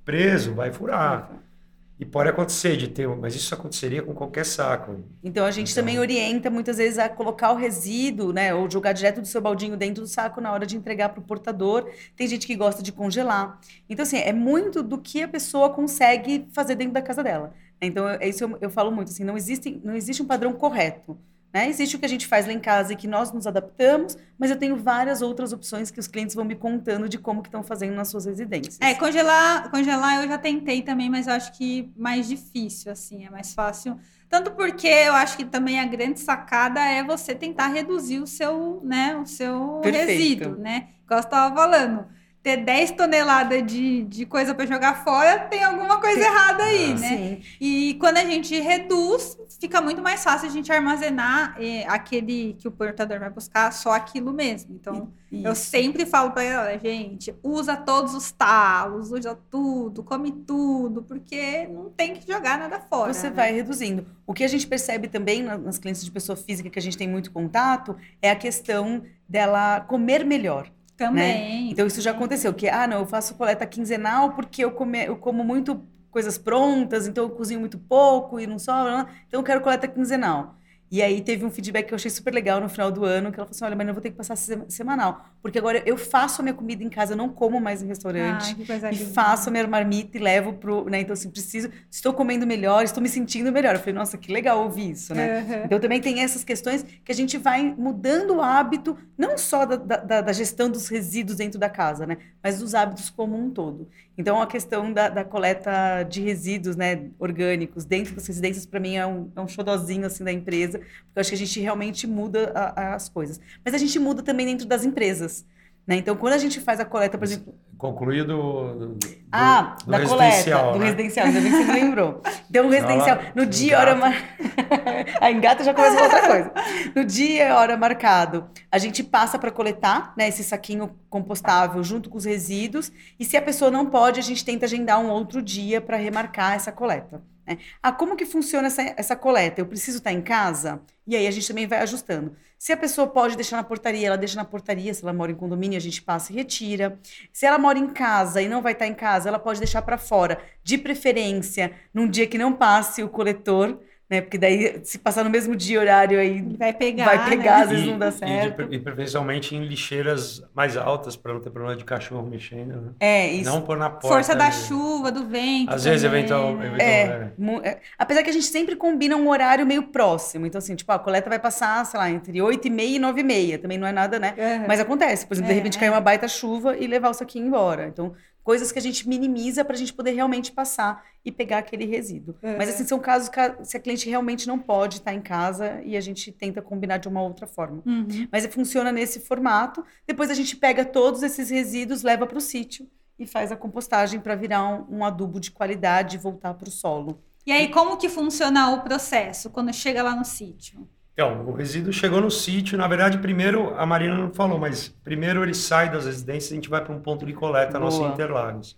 C: preso, vai furar. E pode acontecer de ter, mas isso aconteceria com qualquer saco.
B: Então a gente
C: Então-
B: também orienta muitas vezes a colocar o resíduo, né, ou jogar direto do seu baldinho dentro do saco na hora de entregar para o portador. Tem gente que gosta de congelar. Então assim, é muito do que a pessoa consegue fazer dentro da casa dela. Então é isso eu, eu falo muito assim, não existe, não existe um padrão correto. Né? Existe o que a gente faz lá em casa e que nós nos adaptamos, mas eu tenho várias outras opções que os clientes vão me contando de como que estão fazendo nas suas residências.
A: É, congelar, congelar eu já tentei também, mas eu acho que mais difícil, assim, é mais fácil. Tanto porque eu acho que também a grande sacada é você tentar reduzir o seu, né, o seu
B: Perfeito.
A: resíduo, né? Igual você estava falando. Ter dez toneladas de, de coisa para jogar fora, tem alguma coisa errada aí,
C: Ah,
A: né?
B: Sim.
A: E quando a gente reduz, fica muito mais fácil a gente armazenar eh, aquele que o portador vai buscar, só aquilo mesmo. Então, eu
B: Isso.
A: sempre falo para ela, gente, usa todos os talos, usa tudo, come tudo, porque não tem que jogar nada fora.
B: Você
A: né?
B: vai reduzindo. O que a gente percebe também na- nas clientes de pessoa física que a gente tem muito contato é a questão dela comer melhor.
A: Também.
B: Então isso já aconteceu, que ah, não, eu faço coleta quinzenal porque eu, come, eu como muito coisas prontas, então eu cozinho muito pouco e não sobra, então eu quero coleta quinzenal. E aí teve um feedback que eu achei super legal no final do ano, que ela falou assim, olha, mas eu vou ter que passar se- semanal, porque agora eu faço a minha comida em casa, eu não como mais em restaurante.
A: Ai, que coisa
B: E
A: linda.
B: faço a minha marmita e levo pro, né? Então, assim, preciso, estou comendo melhor, estou me sentindo melhor. Eu falei, nossa, que legal ouvir isso, né?
A: Uhum.
B: Então, também tem essas questões que a gente vai mudando o hábito, não só da, da, da gestão dos resíduos dentro da casa, né? Mas dos hábitos como um todo. Então, a questão da, da coleta de resíduos, né, orgânicos dentro das residências, para mim, é um, é um xodozinho, assim, da empresa, porque eu acho que a gente realmente muda a- a- as coisas. Mas a gente muda também dentro das empresas, né? Então, quando a gente faz a coleta, por exemplo...
C: Concluído do, do,
B: Ah,
C: do
B: da
C: residencial,
B: coleta, do
C: né?
B: residencial, ainda bem que você me lembrou. Então, o residencial,
C: Ela
B: no dia, hora...
C: engata.
B: Mar... A engata já começa com outra coisa. No dia e hora marcado, a gente passa para coletar, né, esse saquinho compostável junto com os resíduos, e se a pessoa não pode, a gente tenta agendar um outro dia para remarcar essa coleta. Né? Ah, como que funciona essa, essa coleta? Eu preciso estar em casa? E aí a gente também vai ajustando. Se a pessoa pode deixar na portaria, ela deixa na portaria. Se ela mora em condomínio, a gente passa e retira. Se ela mora em casa e não vai estar em casa, ela pode deixar para fora. De preferência, num dia que não passe o coletor, né? Porque daí, se passar no mesmo dia, horário, aí
A: Ele vai pegar,
B: vai pegar,
A: né?
B: às vezes
C: E-
B: não dá
C: e de
B: certo.
C: pre- E, preferencialmente em lixeiras mais altas, para não ter problema de cachorro mexendo, né?
B: É, isso.
C: Não pôr na porta.
A: Força da
C: ali.
A: chuva, do vento.
C: Às vezes,
A: também,
C: eventual,
A: né?
C: eventual
B: É,
C: é.
B: mu- é, apesar que a gente sempre combina um horário meio próximo. Então, assim, tipo, a coleta vai passar, sei lá, entre oito e meia e nove e meia. Também não é nada, né?
A: Uhum.
B: Mas acontece. Por exemplo, de
A: É,
B: repente
A: é.
B: cair uma baita chuva e levar o saquinho embora. Então, coisas que a gente minimiza para a gente poder realmente passar e pegar aquele resíduo.
A: Uhum.
B: Mas, assim, são casos que a, se a cliente realmente não pode estar em casa e a gente tenta combinar de uma outra forma.
A: Uhum.
B: Mas funciona nesse formato. Depois a gente pega todos esses resíduos, leva para o sítio e faz a compostagem para virar um, um adubo de qualidade e voltar para o solo.
A: E aí, como que funciona o processo quando chega lá no sítio?
C: Então, o resíduo chegou no sítio. Na verdade, primeiro, a Marina não falou, mas primeiro ele sai das residências e a gente vai para um ponto de coleta,
B: Boa.
C: nosso Interlagos.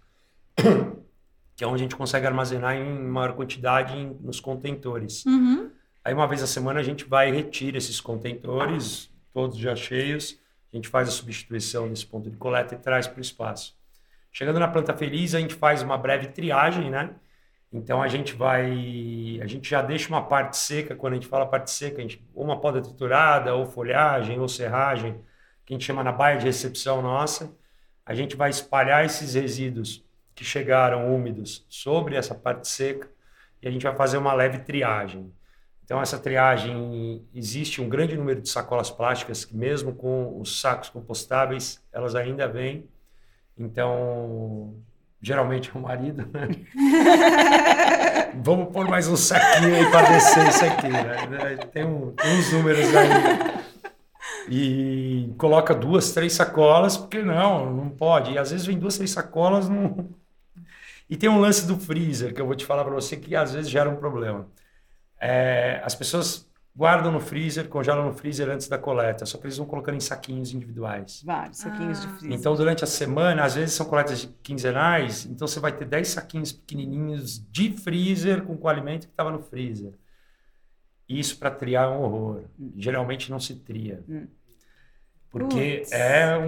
C: Que é onde a gente consegue armazenar em maior quantidade em- nos contentores.
A: Uhum.
C: Aí, uma vez a semana, a gente vai e retira esses contentores, todos já cheios. A gente faz a substituição desse ponto de coleta e traz para o espaço. Chegando na Planta Feliz, a gente faz uma breve triagem, né? Então, a gente vai... A gente já deixa uma parte seca. Quando a gente fala parte seca, a gente, ou uma poda triturada, ou folhagem, ou serragem, que a gente chama na baia de recepção nossa. A gente vai espalhar esses resíduos que chegaram úmidos sobre essa parte seca e a gente vai fazer uma leve triagem. Então, essa triagem, existe um grande número de sacolas plásticas que, mesmo com os sacos compostáveis, elas ainda vêm. Então, geralmente é o marido, né? Vamos pôr mais um saquinho aí para descer isso aqui, né? Tem, um, tem uns números aí. E coloca duas, três sacolas, porque não, não pode. E às vezes vem duas, três sacolas. Não... E tem um lance do freezer, que eu vou te falar para você, que às vezes gera um problema. É, as pessoas guardam no freezer, congelam no freezer antes da coleta, só que eles vão colocando em saquinhos individuais.
B: Vários saquinhos
A: Ah.
B: de freezer.
C: Então, durante a semana, às vezes são coletas quinzenais, então você vai ter dez saquinhos pequenininhos de freezer com o alimento que estava no freezer. Isso para triar é um horror. Geralmente não se tria.
B: Hum.
C: Porque
A: Putz.
C: é um...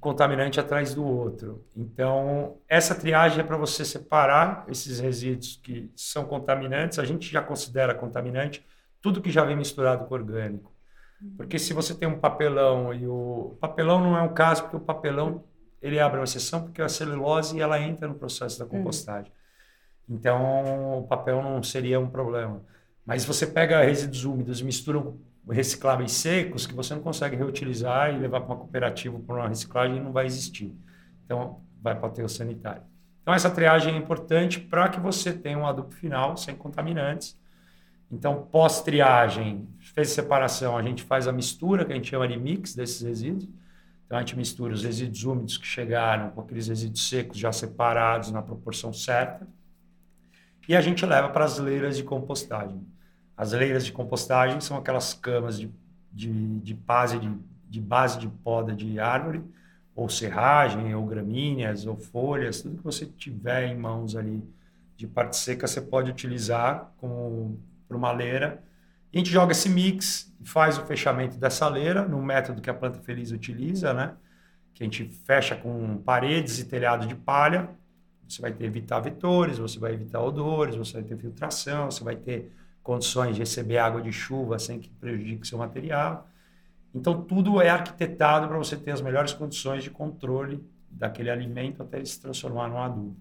C: contaminante atrás do outro. Então, essa triagem é para você separar esses resíduos que são contaminantes. A gente já considera contaminante tudo que já vem misturado com orgânico. Porque se você tem um papelão e o... o papelão não é um caso, porque o papelão ele abre uma exceção porque a celulose ela entra no processo da compostagem. Uhum. Então, o papel não seria um problema. Mas você pega resíduos úmidos e mistura recicláveis secos que você não consegue reutilizar e levar para uma cooperativa para uma reciclagem não vai existir. Então, vai para o aterro sanitário. Então, essa triagem é importante para que você tenha um adubo final sem contaminantes. Então, pós-triagem, fez separação, a gente faz a mistura, que a gente chama de mix desses resíduos. Então, a gente mistura os resíduos úmidos que chegaram com aqueles resíduos secos já separados na proporção certa. E a gente leva para as leiras de compostagem. As leiras de compostagem são aquelas camas de, de, de, base, de, de base de poda de árvore, ou serragem, ou gramíneas, ou folhas, tudo que você tiver em mãos ali de parte seca, você pode utilizar como para uma leira. E a gente joga esse mix e faz o fechamento dessa leira no método que a Planta Feliz utiliza, né? Que a gente fecha com paredes e telhado de palha. Você vai ter evitar vetores, você vai evitar odores, você vai ter filtração, você vai ter condições de receber água de chuva sem que prejudique seu material. Então, tudo é arquitetado para você ter as melhores condições de controle daquele alimento até ele se transformar num adubo.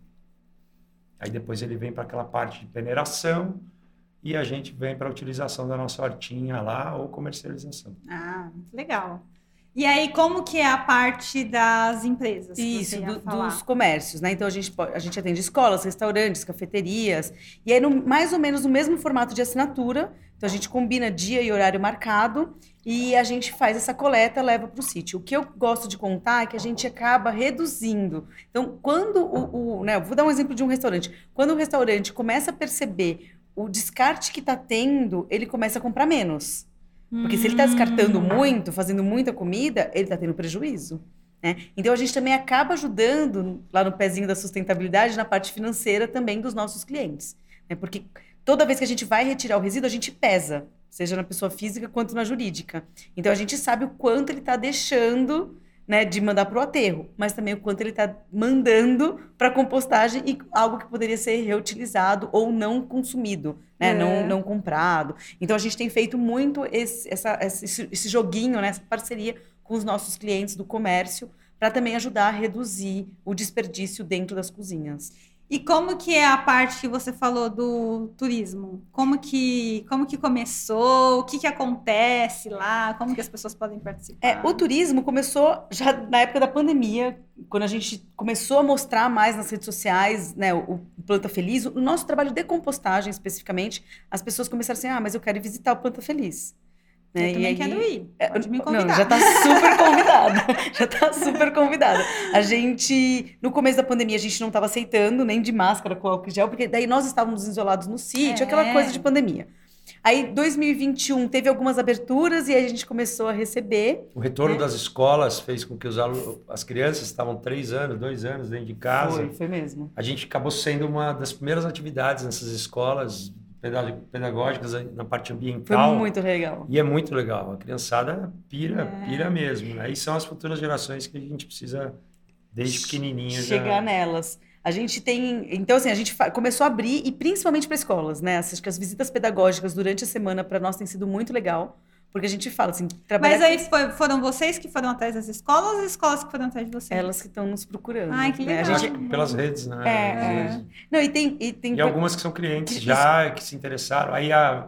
C: Aí depois ele vem para aquela parte de peneiração e a gente vem para a utilização da nossa hortinha lá ou comercialização.
A: Ah, muito legal. E aí, como que é a parte das empresas?
B: Isso, do, dos comércios, né? Então, a gente, a gente atende escolas, restaurantes, cafeterias. E aí, no, mais ou menos no mesmo formato de assinatura. Então, a gente combina dia e horário marcado e a gente faz essa coleta, leva para o sítio. O que eu gosto de contar é que a gente acaba reduzindo. Então, quando o... o né, eu vou dar um exemplo de um restaurante. Quando o restaurante começa a perceber o descarte que está tendo, ele começa a comprar menos. Porque se ele está descartando muito, fazendo muita comida, ele está tendo prejuízo, né? Então, a gente também acaba ajudando, lá no pezinho da sustentabilidade, na parte financeira também dos nossos clientes, né? Porque toda vez que a gente vai retirar o resíduo, a gente pesa, seja na pessoa física quanto na jurídica. Então, a gente sabe o quanto ele está deixando, né, de mandar para o aterro, mas também o quanto ele está mandando para compostagem e algo que poderia ser reutilizado ou não consumido, né, é. não, não comprado. Então, a gente tem feito muito esse, essa, esse, esse joguinho, né, essa parceria com os nossos clientes do comércio para também ajudar a reduzir o desperdício dentro das cozinhas.
A: E como que é a parte que você falou do turismo? Como que, como que começou? O que que acontece lá? Como que as pessoas podem participar?
B: É, o turismo começou já na época da pandemia, quando a gente começou a mostrar mais nas redes sociais, né, o, o Planta Feliz. O nosso trabalho de compostagem, especificamente, as pessoas começaram assim, ah, mas eu quero ir visitar o Planta Feliz.
A: Né? Eu também
B: aí,
A: quero ir, pode me convidar.
B: Não, já tá super convidada, já tá super convidada. A gente, no começo da pandemia, a gente não tava aceitando nem de máscara com álcool gel, porque daí nós estávamos isolados no sítio, é. aquela coisa de pandemia. Aí, dois mil e vinte e um, teve algumas aberturas e aí a gente começou a receber.
C: O retorno, né, das escolas fez com que os alunos, as crianças estavam três anos, dois anos dentro de casa.
B: Foi, foi mesmo.
C: A gente acabou sendo uma das primeiras atividades nessas escolas pedagógicas na parte ambiental.
B: Foi muito legal.
C: E é muito legal. A criançada pira, é. pira mesmo, né? E são as futuras gerações que a gente precisa, desde pequenininha,
B: chegar
C: já...
B: nelas. A gente tem... Então, assim, a gente começou a abrir, e principalmente para escolas, né? Acho que as visitas pedagógicas durante a semana, para nós, tem sido muito legal. Porque a gente fala assim...
A: Mas aí foi, foram vocês que foram atrás das escolas ou as escolas que foram atrás de vocês?
B: Elas que estão nos procurando.
A: Ai, que legal.
B: Né? A
C: gente... Pelas redes, né?
B: É, é. Não, e tem... E, tem...
C: e algumas que são clientes que... já, que se interessaram. Aí a,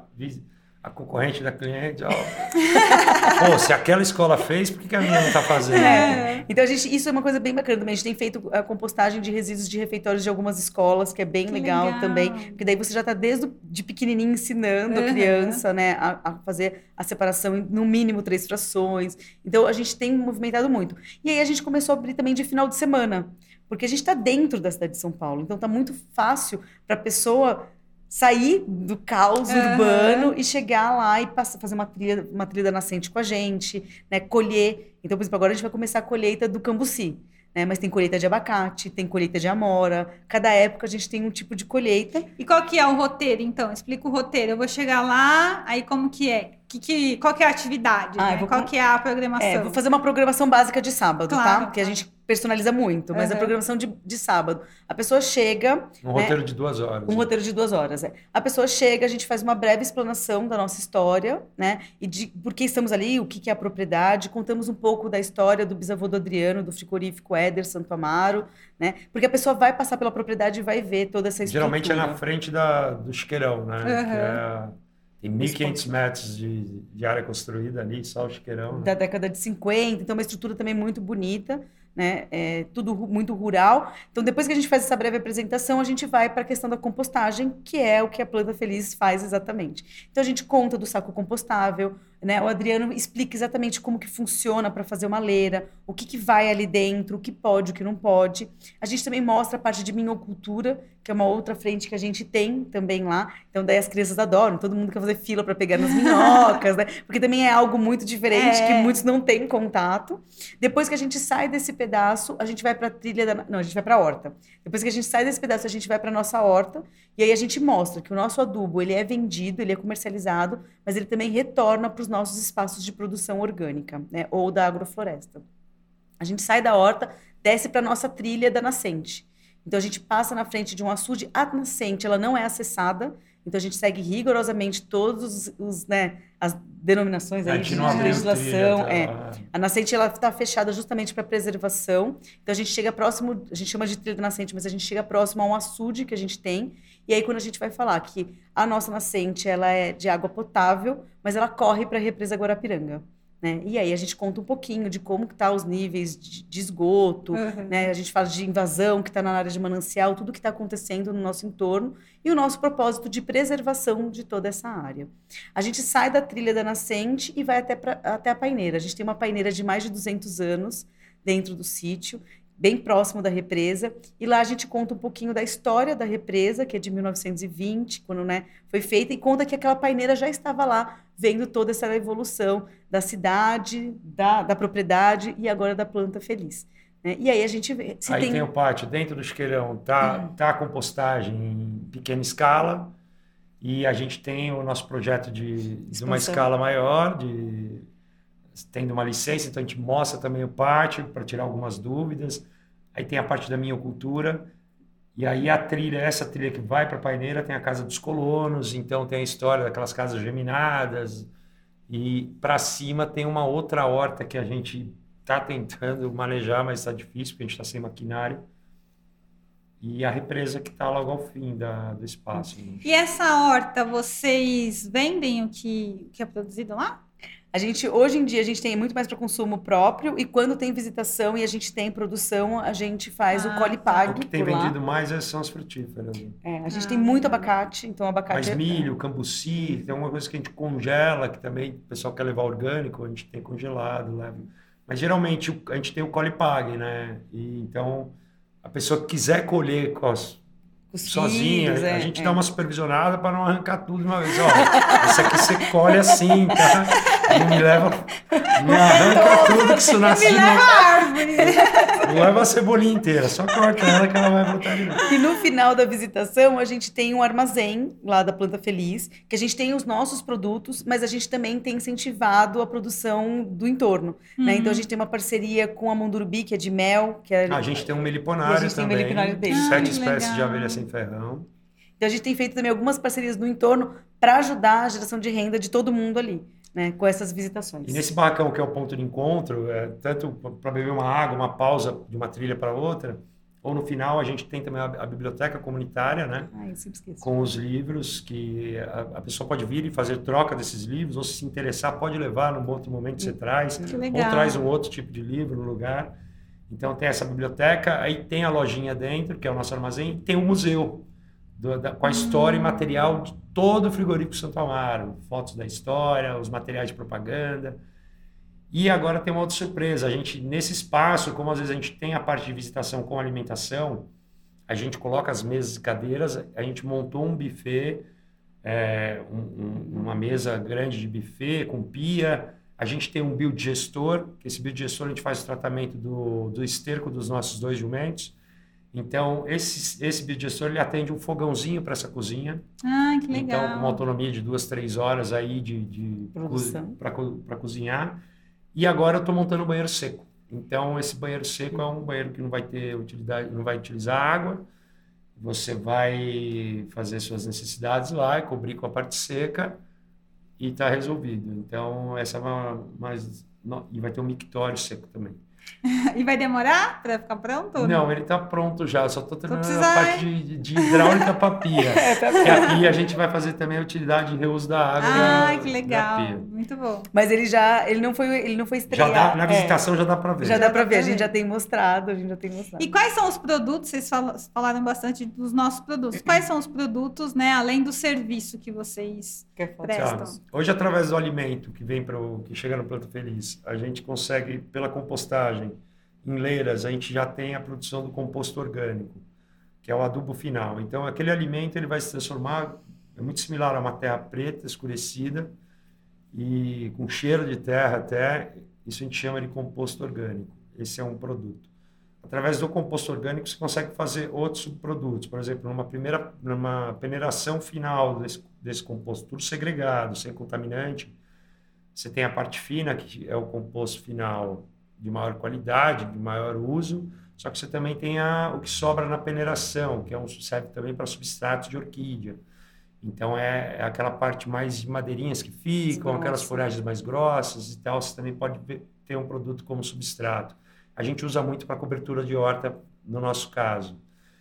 C: a concorrente da cliente, ó... Pô, se aquela escola fez, por que, que a minha não está fazendo?
B: É. Então, a gente, isso é uma coisa bem bacana também. A gente tem feito a compostagem de resíduos de refeitórios de algumas escolas, que é bem legal, legal também. Porque daí você já está desde de pequenininho ensinando uhum. a criança, né, a, a fazer a separação em, no mínimo, três frações. Então, a gente tem movimentado muito. E aí, a gente começou a abrir também de final de semana. Porque a gente está dentro da cidade de São Paulo. Então, está muito fácil para a pessoa... sair do caos uhum. urbano e chegar lá e passar, fazer uma trilha, uma trilha nascente com a gente, né? Colher. Então, por exemplo, agora a gente vai começar a colheita do cambuci. né? Mas tem colheita de abacate, tem colheita de amora. Cada época a gente tem um tipo de colheita.
A: E qual que é o roteiro, então? Explica o roteiro. Eu vou chegar lá, aí como que é? Que, que, qual que é a atividade?
B: Ah,
A: né?
B: eu vou
A: Qual
B: com-
A: que é a programação?
B: É, vou fazer uma programação básica de sábado,
A: Claro,
B: tá? Que a
A: claro.
B: gente personaliza muito, mas a
A: Uhum.
B: programação de, de sábado. A pessoa chega,
C: Um
B: né?
C: roteiro de duas horas.
B: Um
C: né?
B: roteiro de duas horas, é. A pessoa chega, a gente faz uma breve explanação da nossa história, né? E de por que estamos ali, o que que é a propriedade. Contamos um pouco da história do bisavô do Adriano, do frigorífico Éder Santo Amaro, né? Porque a pessoa vai passar pela propriedade e vai ver toda essa estrutura.
C: Geralmente é na frente da, do chiqueirão, né?
A: Uhum.
C: Que é, tem mil e quinhentos metros de, de área construída ali, só o chiqueirão. Né?
B: Da década de cinquenta, então uma estrutura também muito bonita, né? É tudo ru- muito rural. Então, depois que a gente faz essa breve apresentação, a gente vai para a questão da compostagem, que é o que a Planta Feliz faz exatamente. Então, a gente conta do saco compostável, né? O Adriano explica exatamente como que funciona para fazer uma leira, o que que vai ali dentro, o que pode, o que não pode. A gente também mostra a parte de minhocultura, que é uma outra frente que a gente tem também lá. Então, daí as crianças adoram, todo mundo quer fazer fila para pegar nas minhocas, né? Porque também é algo muito diferente,
A: É.
B: que muitos não têm contato. Depois que a gente sai desse pedaço, a gente vai para a trilha da... Não, a gente vai para a horta. Depois que a gente sai desse pedaço, a gente vai para nossa horta, e aí a gente mostra que o nosso adubo, ele é vendido, ele é comercializado, mas ele também retorna para os nossos espaços de produção orgânica, né? Ou da agrofloresta. A gente sai da horta, desce para nossa trilha da nascente. Então, a gente passa na frente de um açude. A nascente, ela não é acessada. Então, a gente segue rigorosamente todos os, os, né, as denominações
C: A
B: aí
C: gente
B: de
C: não abriu
B: legislação.
C: trilha,
B: É.
C: tá?
B: A nascente, ela está fechada justamente para preservação. Então, a gente chega próximo, a gente chama de trilha da nascente, mas a gente chega próximo a um açude que a gente tem. E aí, quando a gente vai falar que a nossa nascente, ela é de água potável, mas ela corre para a represa Guarapiranga. Né? E aí a gente conta um pouquinho de como que tá os níveis de, de esgoto,
A: Uhum.
B: né? A gente fala de invasão que está na área de manancial, tudo que está acontecendo no nosso entorno e o nosso propósito de preservação de toda essa área. A gente sai da trilha da nascente e vai até, pra, até a paineira. A gente tem uma paineira de mais de duzentos anos dentro do sítio, bem próximo da represa, e lá a gente conta um pouquinho da história da represa, que é de mil novecentos e vinte, quando, né, foi feita, e conta que aquela paineira já estava lá, vendo toda essa evolução da cidade, da, da propriedade e agora da Planta Feliz. Né? E aí a gente vê... Se
C: Aí
B: tem...
C: tem o pátio, dentro do chiqueirão tá, tá a compostagem em pequena escala e a gente tem o nosso projeto de, de uma
B: Expansão.
C: escala maior, de, tendo uma licença, então a gente mostra também o pátio para tirar algumas dúvidas. Aí tem a parte da minhocultura e aí a trilha, essa trilha que vai para a paineira tem a Casa dos Colonos, então tem a história daquelas casas geminadas e para cima tem uma outra horta que a gente está tentando manejar, mas está difícil, porque a gente está sem maquinário. E a represa que está logo ao fim da, do espaço. Né?
A: E essa horta, vocês vendem o que, o que é produzido lá?
B: A gente, hoje em dia, a gente tem muito mais para consumo próprio e quando tem visitação e a gente tem produção, a gente faz
A: Ah,
B: o Colhe
C: O
B: Pague
C: que tem
B: por lá.
C: vendido mais é- são as frutíferas. Né?
B: É, a gente
A: Ah,
B: tem muito
A: legal.
B: abacate, então abacate
C: Mas
B: é-
C: milho, cambuci, tem uma coisa que a gente congela, que também o pessoal quer levar orgânico, a gente tem congelado, leva. Mas geralmente o- a gente tem o colhe pague, né? E, então, a pessoa que quiser colher com as-
B: os
C: sozinha,
B: filhos, é,
C: a gente
B: é.
C: dá uma supervisionada para não arrancar tudo de uma vez. Ó, esse aqui você colhe assim, tá? Não me leva, não arranca tudo que isso nasce
A: Me
C: de
A: leva
C: novo.
A: a árvore!
C: Não leva a cebolinha inteira, só corta ela que ela vai brotar de novo.
B: E no final da visitação, a gente tem um armazém lá da Planta Feliz, que a gente tem os nossos produtos, mas a gente também tem incentivado a produção do entorno. Né?
A: Uhum.
B: Então, a gente tem uma parceria com a Mundurubi, que é de mel. Que é...
C: A gente tem um
B: E
C: meliponário
B: a gente tem um
C: também,
B: meliponário dele.
A: Ah,
C: sete
A: que
C: espécies de
A: legal.
C: abelha sem ferrão.
B: Então, a gente tem feito também algumas parcerias no entorno para ajudar a geração de renda de todo mundo ali, né? Com essas visitações.
C: E nesse barracão que é o ponto de encontro, é, tanto para beber uma água, uma pausa de uma trilha para outra, ou no final a gente tem também a, a biblioteca comunitária, né?
B: Ai, eu sempre esqueço.
C: Com os livros que a, a pessoa pode vir e fazer troca desses livros, ou se se interessar pode levar num outro momento você traz,
A: Que
C: ou
A: legal.
C: traz um outro tipo de livro no lugar. Então tem essa biblioteca, aí tem a lojinha dentro, que é o nosso armazém, e tem o museu do, da, com a história e material de todo o frigorífico Santo Amaro, fotos da história, os materiais de propaganda. E agora tem uma outra surpresa, a gente nesse espaço, como às vezes a gente tem a parte de visitação com alimentação, a gente coloca as mesas e cadeiras, a gente montou um buffet, é, um, um, uma mesa grande de buffet com pia, A gente tem um biodigestor, que esse biodigestor a gente faz o tratamento do, do esterco dos nossos dois jumentos. Então, esse, esse biodigestor, ele atende um fogãozinho para essa cozinha.
A: Ah, que legal.
C: Então, com uma autonomia de duas, três horas aí de, de
B: Produção.
C: para cozinhar. E agora eu estou montando um banheiro seco. Então, esse banheiro seco é um banheiro que não vai ter utilidade, não vai utilizar água. Você vai fazer suas necessidades lá, cobrir com a parte seca e está resolvido. Então, essa é uma... Mais, e vai ter um mictório seco também.
A: E vai demorar para ficar pronto?
C: Não, ele está pronto já. Só estou terminando
A: precisa...
C: a parte de, de hidráulica para pia. É, tá e a pia a gente vai fazer também a utilidade de reuso da água.
A: Ah,
C: da,
A: que legal. Muito bom.
B: Mas ele já, ele não foi, ele não foi estreado.
C: Já dá, na visitação é. já dá para ver.
B: Já dá para ver. A gente já tem mostrado, a gente já tem mostrado.
A: E quais são os produtos? Vocês falaram bastante dos nossos produtos. Quais são os produtos, né, além do serviço que vocês prestam?
C: Tá. Hoje, através do alimento que vem para o que chega no Planta Feliz, a gente consegue pela compostagem. Em Leiras, a gente já tem a produção do composto orgânico, que é o adubo final. Então, aquele alimento ele vai se transformar, é muito similar a uma terra preta, escurecida, e com cheiro de terra até, isso a gente chama de composto orgânico. Esse é um produto. Através do composto orgânico, você consegue fazer outros subprodutos. Por exemplo, numa primeira, numa peneiração final desse, desse composto, tudo segregado, sem contaminante, você tem a parte fina, que é o composto final de maior qualidade, de maior uso, só que você também tem a, o que sobra na peneiração, que é um, serve também para substratos de orquídea. Então, é, é aquela parte mais de madeirinhas que ficam, Grossa. aquelas folhagens mais grossas e tal, você também pode ter um produto como substrato. A gente usa muito para cobertura de horta, no nosso caso.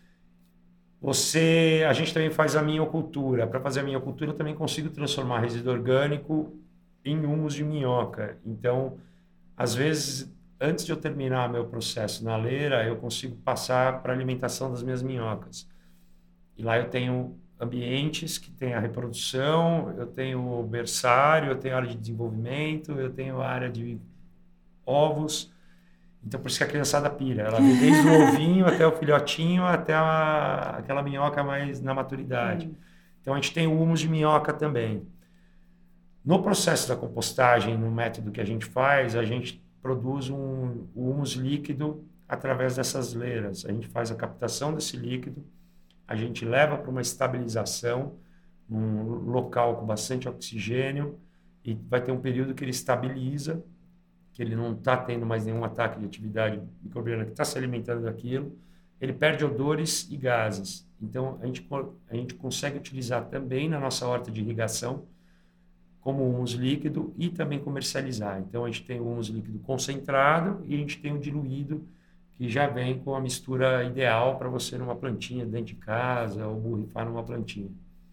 C: Você, a gente também faz a minhocultura. Para fazer a minhocultura, eu também consigo transformar resíduo orgânico em humus de minhoca. Então, às vezes... Antes de eu terminar meu processo na leira, eu consigo passar para a alimentação das minhas minhocas. E lá eu tenho ambientes que tem a reprodução, eu tenho o berçário, eu tenho a área de desenvolvimento, eu tenho a área de ovos. Então, por isso que a criançada pira. Ela vem desde o ovinho até o filhotinho, até a, aquela minhoca mais na maturidade. Hum. Então, a gente tem o humus de minhoca também. No processo da compostagem, no método que a gente faz, a gente produz um, um humus líquido através dessas leiras. A gente faz a captação desse líquido, a gente leva para uma estabilização, num local com bastante oxigênio, e vai ter um período que ele estabiliza, que ele não está tendo mais nenhum ataque de atividade microbiana que está se alimentando daquilo, ele perde odores e gases. Então, a gente, a gente consegue utilizar também na nossa horta de irrigação, como humus líquido e também comercializar. Então, a gente tem o humus líquido concentrado e a gente tem o diluído, que já vem com a mistura ideal para você numa plantinha dentro de casa ou borrifar numa plantinha.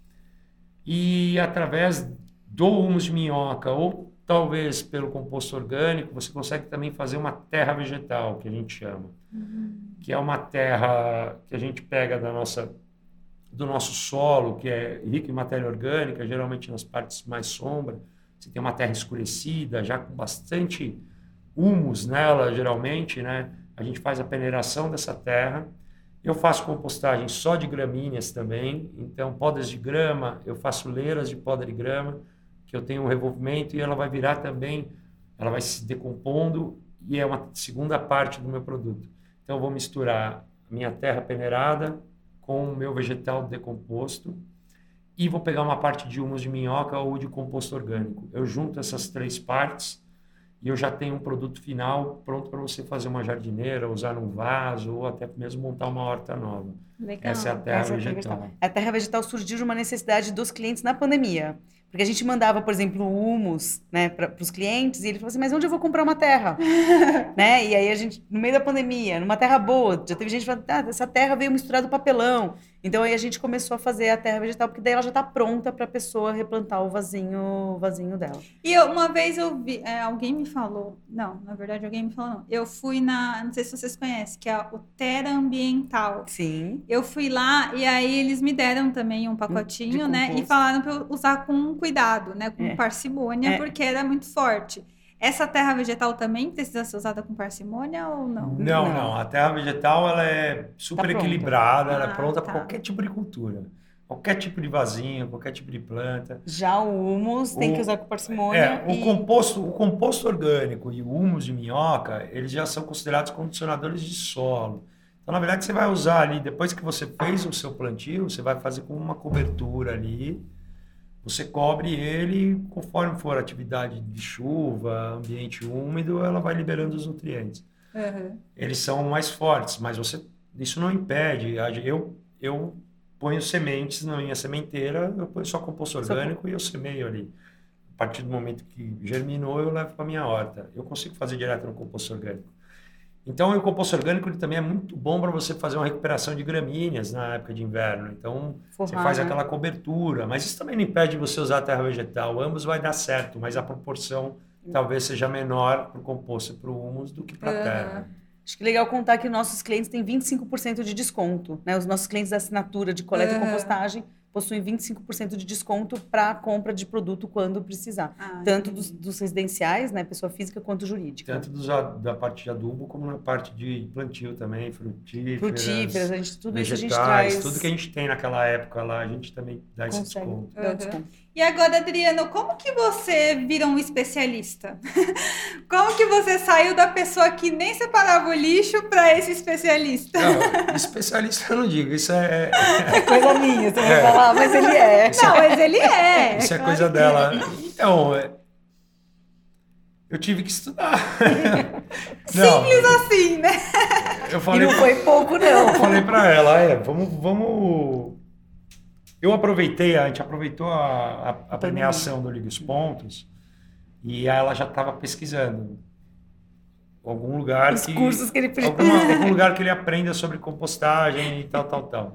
C: E através do humus de minhoca ou talvez pelo composto orgânico, você consegue também fazer uma terra vegetal, que a gente chama. Uhum. Que é uma terra que a gente pega da nossa... do nosso solo, que é rico em matéria orgânica, geralmente nas partes mais sombra, você tem uma terra escurecida, já com bastante humus nela, geralmente, né? A gente faz a peneiração dessa terra. Eu faço compostagem só de gramíneas também, então podas de grama, eu faço leiras de poda de grama, que eu tenho um revolvimento e ela vai virar também, ela vai se decompondo e é uma segunda parte do meu produto. Então eu vou misturar a minha terra peneirada com o meu vegetal decomposto e vou pegar uma parte de humus de minhoca ou de composto orgânico. Eu junto essas três partes e eu já tenho um produto final pronto para você fazer uma jardineira, usar num vaso ou até mesmo montar uma horta nova.
A: Legal.
C: Essa é a terra
B: Essa
C: vegetal.
B: É a, terra vegetal. a terra vegetal surgiu de uma necessidade dos clientes na pandemia. Porque a gente mandava, por exemplo, humus, né, para os clientes, e ele falou assim, mas onde eu vou comprar uma terra? Né? E aí a gente, no meio da pandemia, numa terra boa, já teve gente falando, ah, essa terra veio misturada do papelão. Então aí a gente começou a fazer a terra vegetal, porque daí ela já está pronta para a pessoa replantar o vasinho, o vasinho dela.
A: E eu, uma vez eu vi, é, alguém me falou, não, na verdade alguém me falou não, eu fui na, não sei se vocês conhecem, que é o Terra Ambiental.
B: Sim.
A: Eu fui lá e aí eles me deram também um pacotinho, né, e falaram para eu usar com cuidado, né, com é. parcimônia, é. porque era muito forte. Essa terra vegetal também precisa ser usada com parcimônia ou não?
C: Não, não. não. A terra vegetal ela é super tá equilibrada, ela é pronta ah, tá. para qualquer tipo de cultura. qualquer tipo de vasinho, qualquer tipo de planta.
B: Já o humus tem
C: O-
B: que usar com parcimônia.
C: É, o
B: e...
C: composto, o composto orgânico e o humus de minhoca, eles já são considerados condicionadores de solo. Então, na verdade, você vai usar ali, depois que você fez o seu plantio, você vai fazer com uma cobertura ali, você cobre ele, conforme for a atividade de chuva, ambiente úmido, ela vai liberando os nutrientes.
A: Uhum.
C: Eles são mais fortes, mas você, isso não impede. Eu, eu ponho sementes na minha sementeira, eu ponho só composto orgânico e eu semeio ali. A partir do momento que germinou, eu levo para a minha horta. Eu consigo fazer direto no composto orgânico. Então, o composto orgânico ele também é muito bom para você fazer uma recuperação de gramíneas na época de inverno. Então,
B: Forrar,
C: você faz
B: né?
C: aquela cobertura. Mas isso também não impede você usar terra vegetal. Ambos vai dar certo, mas a proporção talvez seja menor para o composto e para o humus do que para a
A: Uhum.
C: terra.
B: Acho que é legal contar que nossos clientes têm vinte e cinco por cento de desconto, né? Os nossos clientes da assinatura de coleta
A: Uhum.
B: e compostagem possuem vinte e cinco por cento de desconto para a compra de produto quando precisar.
A: Ah,
B: Tanto
A: entendi.
B: dos, dos residenciais, né, pessoa física, quanto jurídica.
C: Tanto dos, a- da parte de adubo como na parte de plantio também, frutíferas,
B: Frutíferas, a gente, tudo isso a gente
C: vegetais,
B: traz.
C: tudo que a gente tem naquela época lá, a gente também dá esse
B: consegue
C: desconto.
B: dar o
A: Uhum.
B: desconto.
A: E agora, Adriano, como que você vira um especialista? Como que você saiu da pessoa que nem separava o lixo para esse especialista?
C: Não, especialista eu não digo, isso é,
B: É coisa minha, você vai
C: É.
B: falar, mas ele é.
A: Não, mas ele é.
C: isso é
A: claro
C: coisa
A: que
C: dela.
A: é.
C: Então, é, eu tive que estudar.
A: Simples assim, né?
C: Eu
B: E
C: falei,
B: não foi pouco, não.
C: eu falei para ela, é, vamos, vamos. Eu aproveitei, a gente aproveitou a, a, a premiação do Liga os Pontos e aí ela já estava pesquisando algum lugar
B: Os
C: que
B: cursos que ele precisa.
C: alguma, algum lugar que ele aprenda sobre compostagem e tal, tal, tal.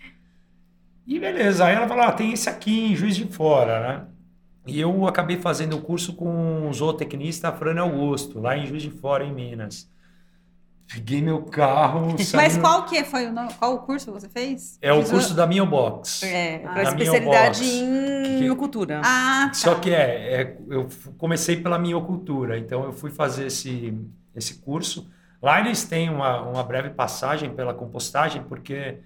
C: E beleza, aí ela falou, ah, tem esse aqui em Juiz de Fora, né? E eu acabei fazendo o curso com o zootecnista Frânio Augusto, lá em Juiz de Fora, em Minas. Peguei meu carro,
A: Mas
C: saindo-
A: qual que foi o nome? Qual o curso você fez?
C: É o
A: Fiz
C: curso da Miobox.
B: É,
A: Ah.
B: para
C: Da
B: especialidade
C: Miobox.
B: em
C: Que-
B: miocultura.
A: Ah, tá.
C: Só que é, é, eu f- comecei pela miocultura, então eu fui fazer esse, esse curso. Lá eles têm uma, uma breve passagem pela compostagem, porque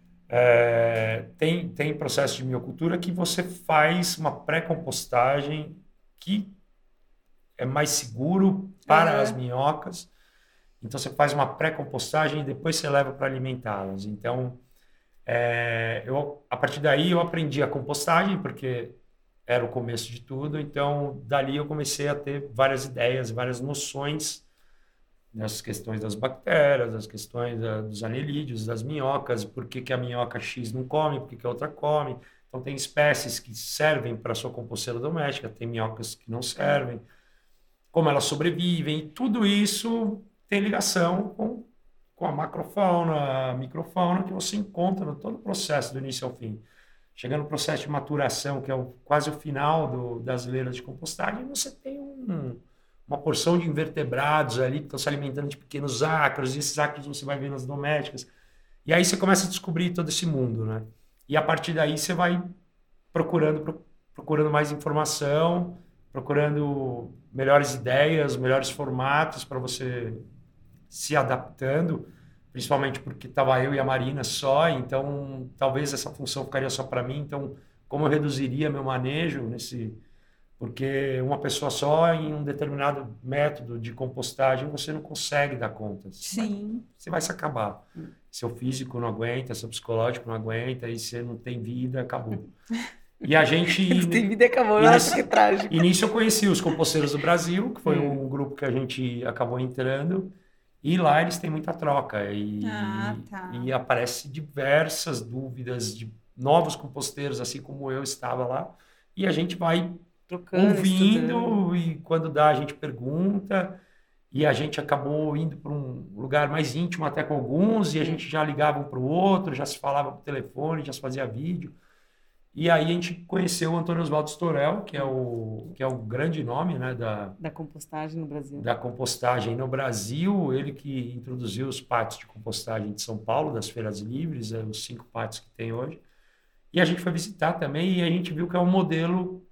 C: é, tem, tem processo de miocultura que você faz uma pré-compostagem que é mais seguro para
A: Uhum.
C: as minhocas. Então você faz uma pré-compostagem e depois você leva para alimentá-las. Então, é, eu, a partir daí eu aprendi a compostagem, porque era o começo de tudo. Então, dali eu comecei a ter várias ideias, várias noções das questões das bactérias, das questões da, dos anelídeos, das minhocas, por que, que a minhoca X não come, por que, que a outra come. Então, tem espécies que servem para a sua composteira doméstica, tem minhocas que não servem, como elas sobrevivem, e tudo isso tem ligação com, com a macrofauna, a microfauna que você encontra no todo o processo, do início ao fim. Chegando no processo de maturação, que é o, quase o final do, das leiras de compostagem, você tem um, uma porção de invertebrados ali que estão se alimentando de pequenos ácaros, e esses ácaros você vai ver nas domésticas. E aí você começa a descobrir todo esse mundo, né? E a partir daí você vai procurando, pro- procurando mais informação, procurando melhores ideias, melhores formatos para você se adaptando, principalmente porque estava eu e a Marina só, então talvez essa função ficaria só para mim. Então, como eu reduziria meu manejo nesse... Porque uma pessoa só em um determinado método de compostagem você não consegue dar conta. Você vai-
A: Sim.
C: você vai se acabar. Seu físico não aguenta, seu psicológico não aguenta, e você não tem vida, acabou. E a gente...
B: Tem vida e acabou,
C: E
B: eu
C: nesse-
B: acho que é trágico.
C: E nisso eu conheci os Composteiros do Brasil, que foi
B: Hum.
C: um grupo que a gente acabou entrando, e lá eles têm muita troca, e,
A: Ah, tá.
C: e aparece diversas dúvidas de novos composteiros, assim como eu estava lá, e a gente vai
B: Trocando, estudando.
C: ouvindo, e quando dá a gente pergunta, e a gente acabou indo para um lugar mais íntimo até com alguns, e a gente já ligava um para o outro, já se falava por telefone, já se fazia vídeo. E aí a gente conheceu o Antônio Oswaldo Storel, que é o, que é o grande nome, né, da,
B: Da compostagem no Brasil.
C: da compostagem no Brasil. Ele que introduziu os pátios de compostagem de São Paulo, das feiras livres, é, os cinco pátios que tem hoje. E a gente foi visitar também e a gente viu que é um modelo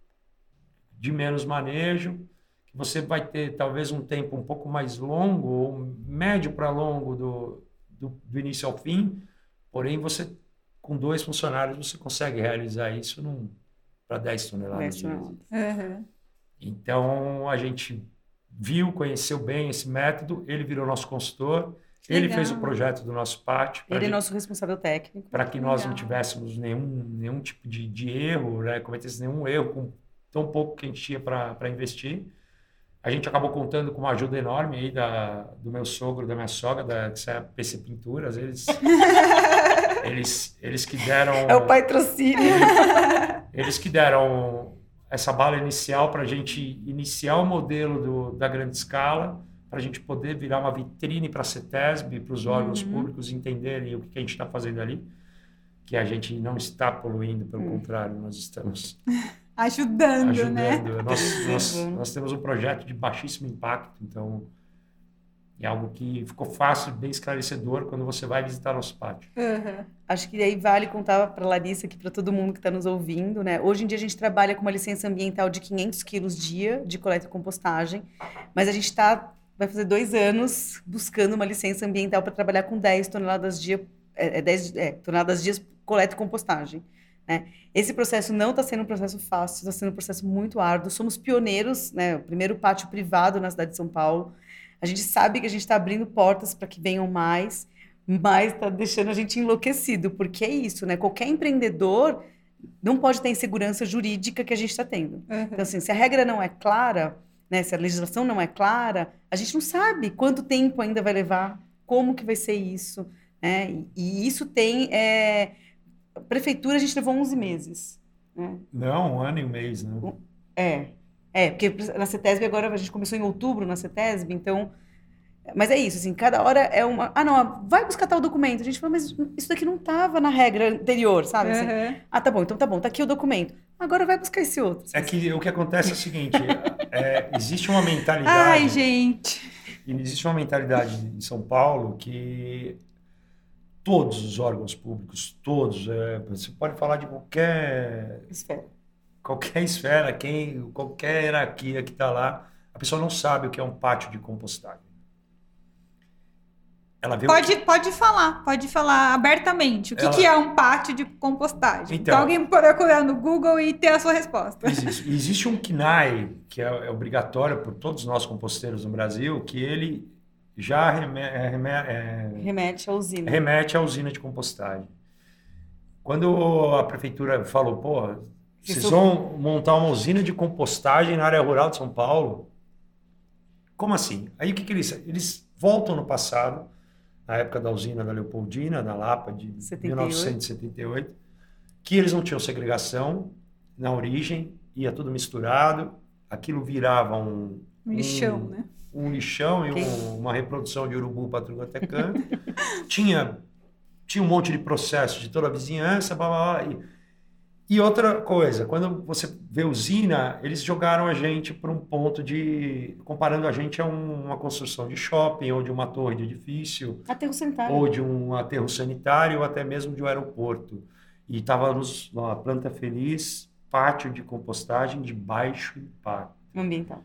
C: de menos manejo, que você vai ter talvez um tempo um pouco mais longo, ou médio para longo do, do, do início ao fim, porém você com dois funcionários você consegue realizar isso para dez toneladas de resíduo.
A: Uhum.
C: Então, a gente viu, conheceu bem esse método, ele virou nosso consultor,
A: Que
C: ele
A: legal.
C: fez o projeto do nosso pátio.
B: Ele é
C: gente,
B: nosso responsável técnico.
C: para que nós
A: Legal.
C: não tivéssemos nenhum, nenhum tipo de, de erro, né? Cometesse nenhum erro com tão pouco que a gente tinha para investir. A gente acabou contando com uma ajuda enorme aí da, do meu sogro, da minha sogra, da que é a P C Pinturas. Eles, eles, eles que deram...
B: É o patrocínio.
C: Eles que deram essa bala inicial para a gente iniciar o modelo do, da grande escala, para a gente poder virar uma vitrine para a CETESB, para os órgãos
A: Uhum.
C: públicos entenderem o que, que a gente está fazendo ali, que a gente não está poluindo, pelo
B: Uhum.
C: contrário, nós estamos
A: Ajudando,
C: ajudando.
A: né?
C: Nós, nós,
B: Uhum.
C: nós temos um projeto de baixíssimo impacto, então é algo que ficou fácil, bem esclarecedor quando você vai visitar nosso pátio.
A: Uhum.
B: Acho que aí vale contar para a Larissa aqui, para todo mundo que está nos ouvindo, né? Hoje em dia a gente trabalha com uma licença ambiental de quinhentos quilos dia de coleta e compostagem, mas a gente está, vai fazer dois anos buscando uma licença ambiental para trabalhar com dez toneladas dia, é, é, dez é, toneladas dias coleta e compostagem, né? Esse processo não está sendo um processo fácil, está sendo um processo muito árduo. Somos pioneiros, né? O primeiro pátio privado na cidade de São Paulo. A gente sabe que a gente está abrindo portas para que venham mais, mas está deixando a gente enlouquecido, porque é isso, né? Qualquer empreendedor não pode ter insegurança jurídica que a gente está tendo.
A: Uhum.
B: Então, assim, se a regra não é clara, né? Se a legislação não é clara, a gente não sabe quanto tempo ainda vai levar, como que vai ser isso, né? E, e isso tem... É... A prefeitura, a gente levou onze meses, né?
C: Não, um ano e um mês, né?
B: É, é, porque na CETESB agora a gente começou em outubro na CETESB, então... Mas é isso, assim, cada hora é uma... Ah, não, vai buscar tal documento. A gente falou, mas isso daqui não estava na regra anterior, sabe? Assim,
A: Uhum.
B: ah, tá bom, então tá bom, tá aqui o documento. Agora vai buscar esse outro.
C: É que o que acontece é o seguinte, é, existe uma mentalidade...
A: Ai, gente.
C: Existe uma mentalidade em São Paulo que todos os órgãos públicos, todos, é, você pode falar de qualquer,
B: Esfera.
C: qualquer esfera, quem, qualquer hierarquia que está lá, a pessoa não sabe o que é um pátio de compostagem. Ela vê o
A: Pode, pode falar, pode falar abertamente. O que,
C: Ela-
A: que é um pátio de compostagem?
C: Então-
A: Então, alguém pode procurar no Google e ter a sua resposta.
C: Existe, existe um C N A E, que é, é obrigatório por todos nós composteiros no Brasil, que ele já reme, é, reme- é,
B: Remete à usina.
C: remete à usina de compostagem. Quando a prefeitura falou, pô, vocês
B: Isso-
C: vão montar uma usina de compostagem na área rural de São Paulo? Como assim? Aí o que, que eles... Eles voltam no passado, na época da usina da Leopoldina, na Lapa, de
B: setenta e
C: mil novecentos e setenta e oito, que eles não tinham segregação na origem, ia tudo misturado, aquilo virava um...
A: Um lixão,
C: um-
A: né?
C: um lixão e
B: Ok.
C: um- uma reprodução de urubu para tudo até canto. tinha, tinha um monte de processo de toda a vizinhança, blá, blá, blá, e, e outra coisa, quando você vê usina, eles jogaram a gente para um ponto de... Comparando a gente a um- uma construção de shopping, ou de uma torre de edifício,
B: Aterro sanitário.
C: ou de um aterro sanitário, ou até mesmo de um aeroporto. E estava na Planta Feliz, pátio de compostagem de baixo impacto,
B: Ambiental.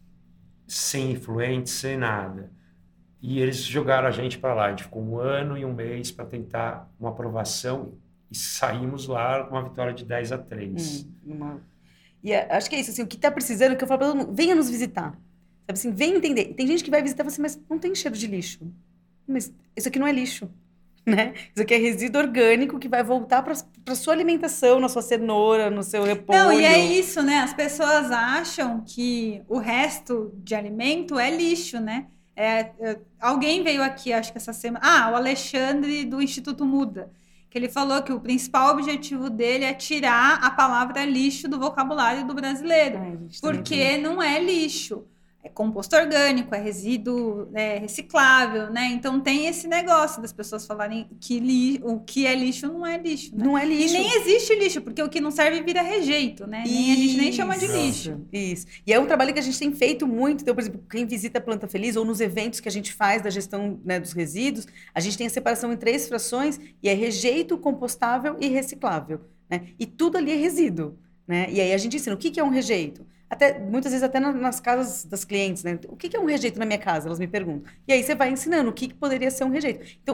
C: sem influentes, sem nada. E eles jogaram a gente para lá. A gente ficou um ano e um mês para tentar uma aprovação e saímos lá com uma vitória de dez a três.
B: Hum, uma- E é, acho que é isso, assim, o que tá precisando, que eu falo pra todo mundo, venha nos visitar. Sabe assim, vem entender. Tem gente que vai visitar você, mas não tem cheiro de lixo. Mas isso aqui não é lixo, né? Isso aqui é resíduo orgânico que vai voltar para para sua alimentação, na sua cenoura, no seu repolho.
A: Não, e é isso, né? As pessoas acham que o resto de alimento é lixo, né? É, é, alguém veio aqui, acho que essa semana. Ah, o Alexandre do Instituto Muda. Que ele falou que o principal objetivo dele é tirar a palavra lixo do vocabulário do brasileiro.
B: Ai, gente, também
A: Porque não é lixo. É composto orgânico, é resíduo é, reciclável, né? Então tem esse negócio das pessoas falarem que li, o que é lixo não é lixo, né?
B: Não é
A: E
B: lixo.
A: nem existe lixo, porque o que não serve vira rejeito, né? Nem, a gente nem chama de
B: Isso,
A: lixo.
B: Isso. E é um trabalho que a gente tem feito muito. Então, por exemplo, quem visita a Planta Feliz ou nos eventos que a gente faz da gestão, né, dos resíduos, a gente tem a separação em três frações e é rejeito, compostável e reciclável, né? E tudo ali é resíduo, né? E aí a gente ensina o que que é um rejeito. Até, muitas vezes até na- nas casas das clientes, né? O que que é um rejeito na minha casa? Elas me perguntam. E aí você vai ensinando o que que poderia ser um rejeito. Então,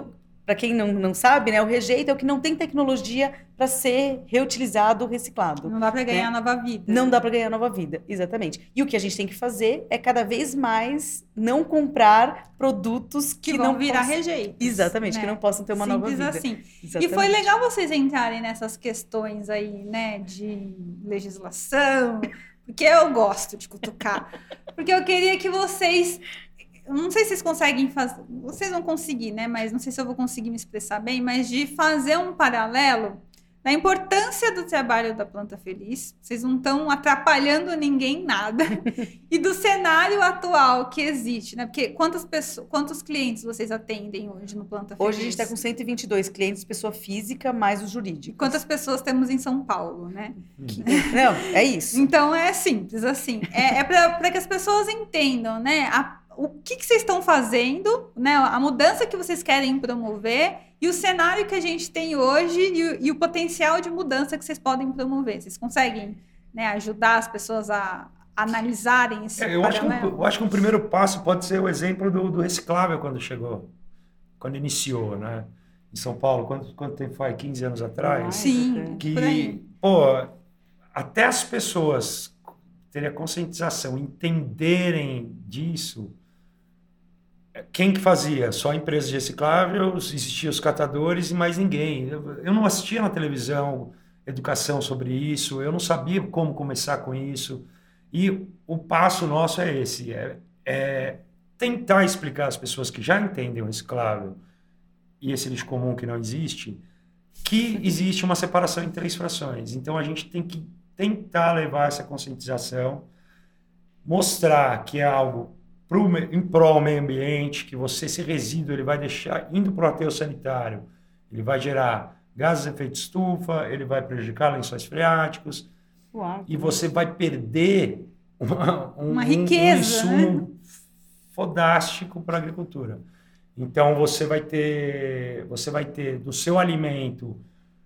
B: para quem não, não sabe, né, o rejeito é o que não tem tecnologia para ser reutilizado, reciclado.
A: Não dá para ganhar
B: né?
A: nova vida.
B: Não dá para ganhar nova vida, exatamente. E o que a gente tem que fazer é cada vez mais não comprar produtos que,
A: que vão
B: não
A: virar
B: possam...
A: rejeitos.
B: Exatamente,
A: né?
B: que não possam ter uma
A: Simples
B: nova vida.
A: assim.
B: Exatamente.
A: E foi legal vocês entrarem nessas questões aí, né, de legislação, porque eu gosto de cutucar. Porque eu queria que vocês... Não sei se vocês conseguem fazer... Vocês vão conseguir, né? Mas não sei se eu vou conseguir me expressar bem, mas de fazer um paralelo da importância do trabalho da Planta Feliz. Vocês não estão atrapalhando ninguém nada. E do cenário atual que existe, né? Porque quantas pessoas, quantos clientes vocês atendem hoje no Planta Feliz?
B: Hoje a gente está com cento e vinte e dois clientes, pessoa física, mais os jurídicos.
A: Quantas pessoas temos em São Paulo, né?
B: Que... Não, é isso.
A: Então é simples, assim. É, é para que as pessoas entendam, né? A, o que, que vocês estão fazendo, né? A mudança que vocês querem promover e o cenário que a gente tem hoje e o, e o potencial de mudança que vocês podem promover. Vocês conseguem, né, ajudar as pessoas a, a analisarem esse
C: é, eu, acho que, eu acho que um primeiro passo pode ser o exemplo do, do reciclável quando chegou, quando iniciou, né? Em São Paulo, quanto, quanto tempo faz? quinze anos atrás?
A: Sim,
C: que, pô, até as pessoas terem a conscientização, entenderem disso. Quem que fazia? Só empresas de recicláveis, existiam os catadores e mais ninguém. Eu, eu não assistia na televisão educação sobre isso, eu não sabia como começar com isso. E o passo nosso é esse, é, é tentar explicar às pessoas que já entendem o reciclável e esse lixo comum que não existe, que existe uma separação em três frações. Então a gente tem que tentar levar essa conscientização, mostrar que é algo pro, em prol ao meio ambiente, que você, esse resíduo, ele vai deixar, indo para o aterro sanitário, ele vai gerar gases de efeito estufa, ele vai prejudicar lençóis freáticos,
B: Uau.
C: E você vai perder uma, um,
A: uma riqueza,
C: um insumo
A: né?
C: fodástico para a agricultura. Então você vai ter, você vai ter do seu alimento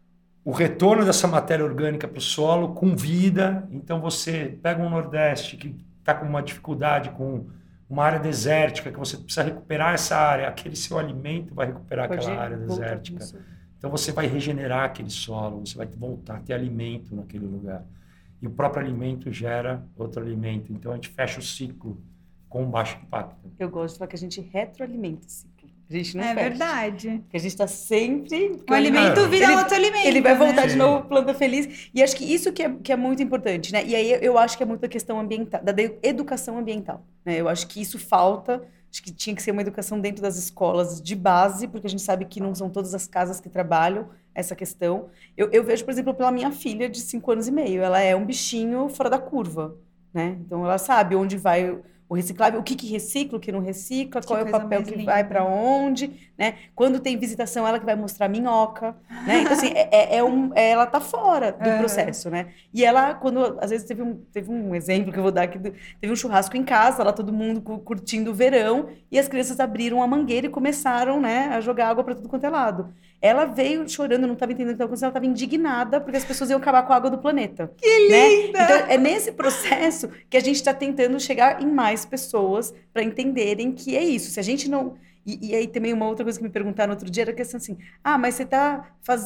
C: o retorno dessa matéria orgânica para o solo com vida. Então você pega um Nordeste que está com uma dificuldade, com uma área desértica, que você precisa recuperar essa área, aquele seu alimento vai recuperar Pode aquela área desértica. Então você vai regenerar aquele solo, você vai voltar a ter alimento naquele lugar. E o próprio alimento gera outro alimento. Então a gente fecha o ciclo com baixo impacto.
B: Eu gosto de falar que a gente retroalimenta o ciclo. A gente não
A: É
B: fecha.
A: verdade.
B: Porque a gente está sempre...
A: O alimento vira
B: ele,
A: outro alimento.
B: Ele vai voltar
A: né?
B: de novo Planta Feliz. E acho que isso que é, que é muito importante, né? E aí eu acho que é muito a questão ambiental, da educação ambiental. Né? Eu acho que isso falta... Acho que tinha que ser uma educação dentro das escolas de base, porque a gente sabe que não são todas as casas que trabalham essa questão. Eu, eu vejo, por exemplo, pela minha filha de cinco anos e meio. Ela é um bichinho fora da curva, né? Então, ela sabe onde vai o reciclável, o que, que recicla, o que não recicla,
A: Que
B: qual é o papel que
A: linda.
B: vai para onde, né? Quando tem visitação, ela que vai mostrar a minhoca, né? Então, assim, é, é, é um, é, ela tá fora do
A: Uhum.
B: processo, né? E ela, quando, às vezes, teve um, teve um exemplo que eu vou dar aqui, teve um churrasco em casa, lá todo mundo curtindo o verão, e as crianças abriram a mangueira e começaram, né, a jogar água para tudo quanto é lado. Ela veio chorando, não estava entendendo o que estava acontecendo, ela estava indignada porque as pessoas iam acabar com a água do planeta.
A: Que
B: né?
A: linda!
B: Então, é nesse processo que a gente está tentando chegar em mais pessoas para entenderem que é isso. Se a gente não... E, e aí também uma outra coisa que me perguntaram outro dia era a questão assim, ah, mas você está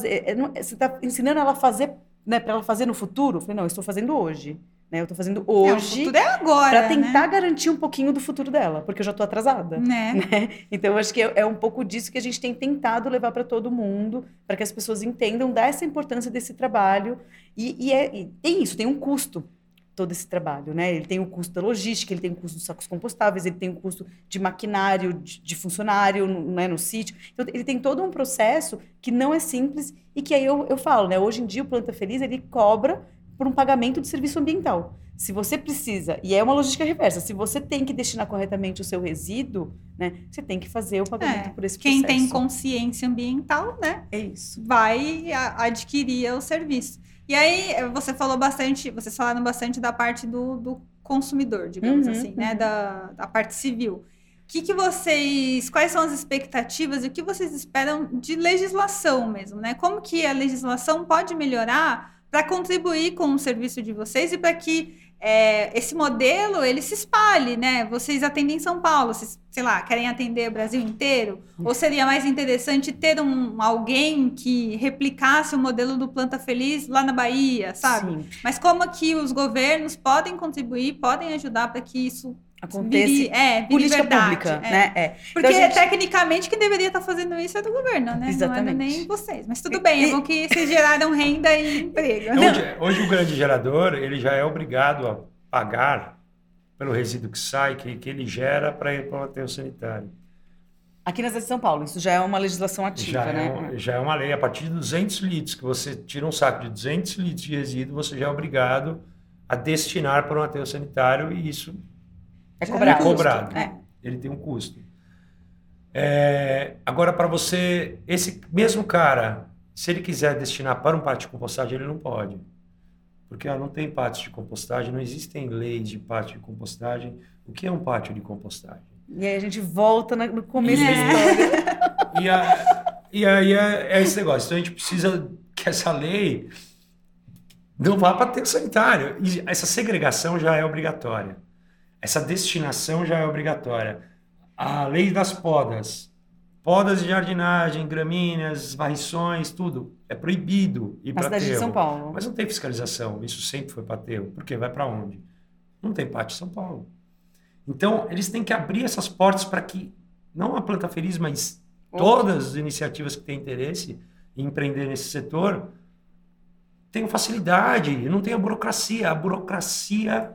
B: você tá ensinando ela a fazer, né, para ela fazer no futuro? Eu falei, não, eu estou fazendo hoje. Né? Eu estou fazendo hoje.
A: É, o futuro é agora,
B: para tentar
A: né?
B: garantir um pouquinho do futuro dela, porque eu já estou atrasada.
A: Né?
B: Né? Então, eu acho que é, é um pouco disso que a gente tem tentado levar para todo mundo, para que as pessoas entendam dessa importância desse trabalho. E, e, é, e tem isso, tem um custo, todo esse trabalho, né? Ele tem o custo da logística, ele tem o custo dos sacos compostáveis, ele tem o custo de maquinário, de, de funcionário, né, no sítio. Então, ele tem todo um processo que não é simples e que aí eu, eu falo, né? Hoje em dia, o Planta Feliz, ele cobra por um pagamento de serviço ambiental. Se você precisa, e é uma logística reversa, se você tem que destinar corretamente o seu resíduo, né, você tem que fazer o pagamento
A: É,
B: por esse
A: quem
B: processo.
A: tem consciência ambiental, né,
B: É isso.
A: vai a- adquirir o serviço. E aí, você falou bastante, vocês falaram bastante da parte do, do consumidor, digamos
B: Uhum,
A: assim, né,
B: uhum.
A: da, da parte civil. O que, que vocês, quais são as expectativas e o que vocês esperam de legislação mesmo, né? Como que a legislação pode melhorar para contribuir com o serviço de vocês e para que é, esse modelo, ele se espalhe, né? Vocês atendem em São Paulo, vocês, sei lá, querem atender o Brasil inteiro? Ou seria mais interessante ter um, alguém que replicasse o modelo do Planta Feliz lá na Bahia, sabe? Sim. Mas como que os governos podem contribuir, podem ajudar para que isso...
B: Acontece
A: vire, é, vire
B: política
A: verdade,
B: pública,
A: é.
B: né? É.
A: Porque,
B: então, gente...
A: tecnicamente, quem deveria estar fazendo isso é do governo, né?
B: Exatamente.
A: Não é nem vocês. Mas tudo bem, é bom que vocês geraram renda e emprego.
C: Hoje, hoje o grande gerador, ele já é obrigado a pagar pelo resíduo que sai, que, que ele gera para ir para o aterro sanitário.
B: Aqui na cidade de São Paulo, isso já é uma legislação ativa,
C: já
B: né?
C: É um, já é uma lei. A partir de duzentos litros, que você tira um saco de duzentos litros de resíduo, você já é obrigado a destinar para um aterro sanitário e isso...
B: É cobrado.
C: É cobrado.
B: É.
C: Ele tem um custo. É, agora, para você, esse mesmo cara, se ele quiser destinar para um pátio de compostagem, ele não pode. Porque ó, não tem pátio de compostagem, não existem leis de pátio de compostagem. O que é um pátio de compostagem?
B: E aí a gente volta no começo é. da história.
C: E, a, e aí é, é esse negócio. Então a gente precisa que essa lei não vá para aterro sanitário. E essa segregação já é obrigatória. Essa destinação já é obrigatória. A lei das podas, podas de jardinagem, gramíneas, varrições, tudo, é proibido ir para aterro.
B: Na cidade de São Paulo.
C: Mas não tem fiscalização, isso sempre foi para aterro. Por quê? Vai para onde? Não tem pátio em São Paulo. Então, eles têm que abrir essas portas para que, não a Planta Feliz, mas todas as iniciativas que têm interesse em empreender nesse setor, tenham facilidade, não tenha burocracia. A burocracia...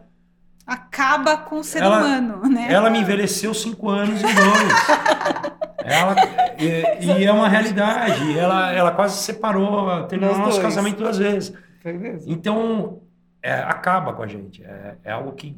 A: acaba com o ser
C: ela,
A: humano, né?
C: Ela me envelheceu cinco anos em dois. ela, e, e é uma realidade. Ela, ela quase separou, terminou o nosso casamento duas vezes.
B: Foi mesmo.
C: Então, é, acaba com a gente. É, é algo que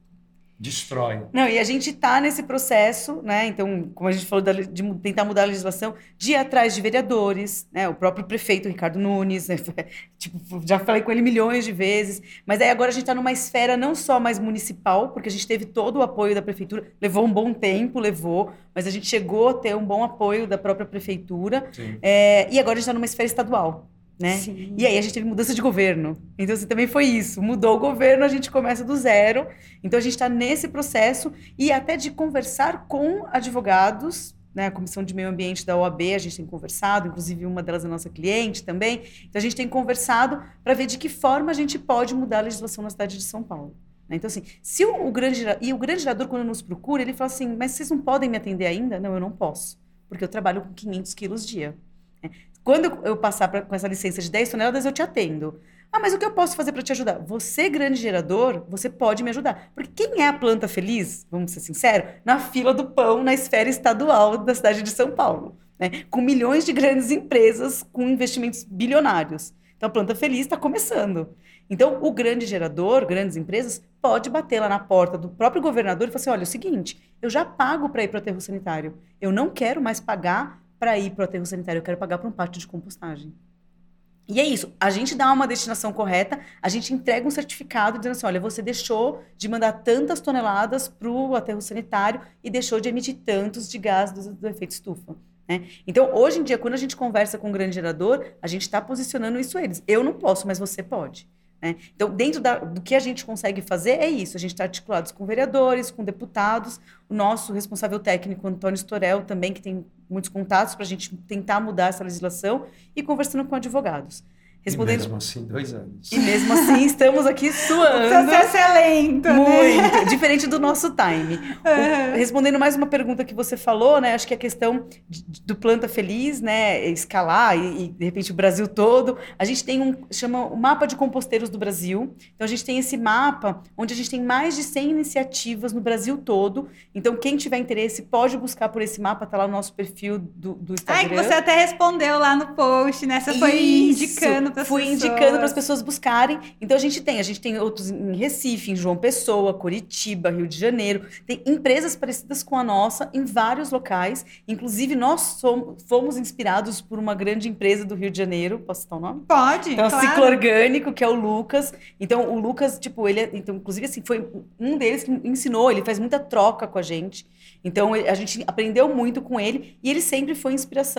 C: destrói.
B: Não, e a gente está nesse processo, né? Então, como a gente falou, de tentar mudar a legislação, de ir atrás de vereadores, né? O próprio prefeito Ricardo Nunes, né? Tipo, já falei com ele milhões de vezes, mas aí agora a gente está numa esfera não só mais municipal, porque a gente teve todo o apoio da prefeitura, levou um bom tempo, levou, mas a gente chegou a ter um bom apoio da própria prefeitura, é, e agora a gente está numa esfera estadual. Né? E aí a gente teve mudança de governo. Então, assim, também foi isso. Mudou o governo, a gente começa do zero. Então, a gente está nesse processo e até de conversar com advogados, né? A Comissão de Meio Ambiente da O A B, a gente tem conversado, inclusive uma delas é nossa cliente também. Então, a gente tem conversado para ver de que forma a gente pode mudar a legislação na cidade de São Paulo. Né? Então, assim, se o, o grande... E o grande gerador, quando nos procura, ele fala assim, mas vocês não podem me atender ainda? Não, eu não posso, porque eu trabalho com quinhentos quilos dia. Né? Quando eu passar pra, com essa licença de dez toneladas, eu te atendo. Ah, mas o que eu posso fazer para te ajudar? Você, grande gerador, você pode me ajudar. Porque quem é a Planta Feliz, vamos ser sinceros, na fila do pão, na esfera estadual da cidade de São Paulo. Né? Com milhões de grandes empresas, com investimentos bilionários. Então, a Planta Feliz está começando. Então, o grande gerador, grandes empresas, pode bater lá na porta do próprio governador e falar assim, olha, é o seguinte, eu já pago para ir para o aterro sanitário. Eu não quero mais pagar para ir para o aterro sanitário, eu quero pagar para um pátio de compostagem. E é isso, a gente dá uma destinação correta, a gente entrega um certificado dizendo assim, olha, você deixou de mandar tantas toneladas para o aterro sanitário e deixou de emitir tantos de gás do, do efeito estufa. Né? Então, hoje em dia, quando a gente conversa com um grande gerador, a gente está posicionando isso a eles. Eu não posso, mas você pode. Né? Então, dentro da, do que a gente consegue fazer, é isso. A gente está articulados com vereadores, com deputados, o nosso responsável técnico, Antônio Storel, também, que tem muitos contatos para a gente tentar mudar essa legislação, e conversando com advogados.
C: Respondendo... E mesmo assim, dois anos.
B: E mesmo assim, estamos aqui suando.
A: O processo é lento,
B: muito,
A: né?
B: Diferente do nosso time. O, respondendo mais uma pergunta que você falou, né? Acho que a questão de, do Planta Feliz, né? Escalar e, e, de repente, o Brasil todo. A gente tem um, chama o Mapa de Composteiros do Brasil. Então, a gente tem esse mapa, onde a gente tem mais de cem iniciativas no Brasil todo. Então, quem tiver interesse, pode buscar por esse mapa, tá lá no nosso perfil do, do Instagram.
A: Ai, que você até respondeu lá no post, né? Você foi
B: Isso.
A: indicando
B: Fui
A: pessoas.
B: indicando para as pessoas buscarem. Então, a gente tem. A gente tem outros em Recife, em João Pessoa, Curitiba, Rio de Janeiro. Tem empresas parecidas com a nossa em vários locais. Inclusive, nós somos, fomos inspirados por uma grande empresa do Rio de Janeiro. Posso citar o nome?
A: Pode,
B: Então,
A: claro.
B: Ciclo Orgânico, que é o Lucas. Então, o Lucas, tipo, ele... É, então, inclusive, assim, foi um deles que ensinou. Ele faz muita troca com a gente. Então, a gente aprendeu muito com ele. E ele sempre foi inspiração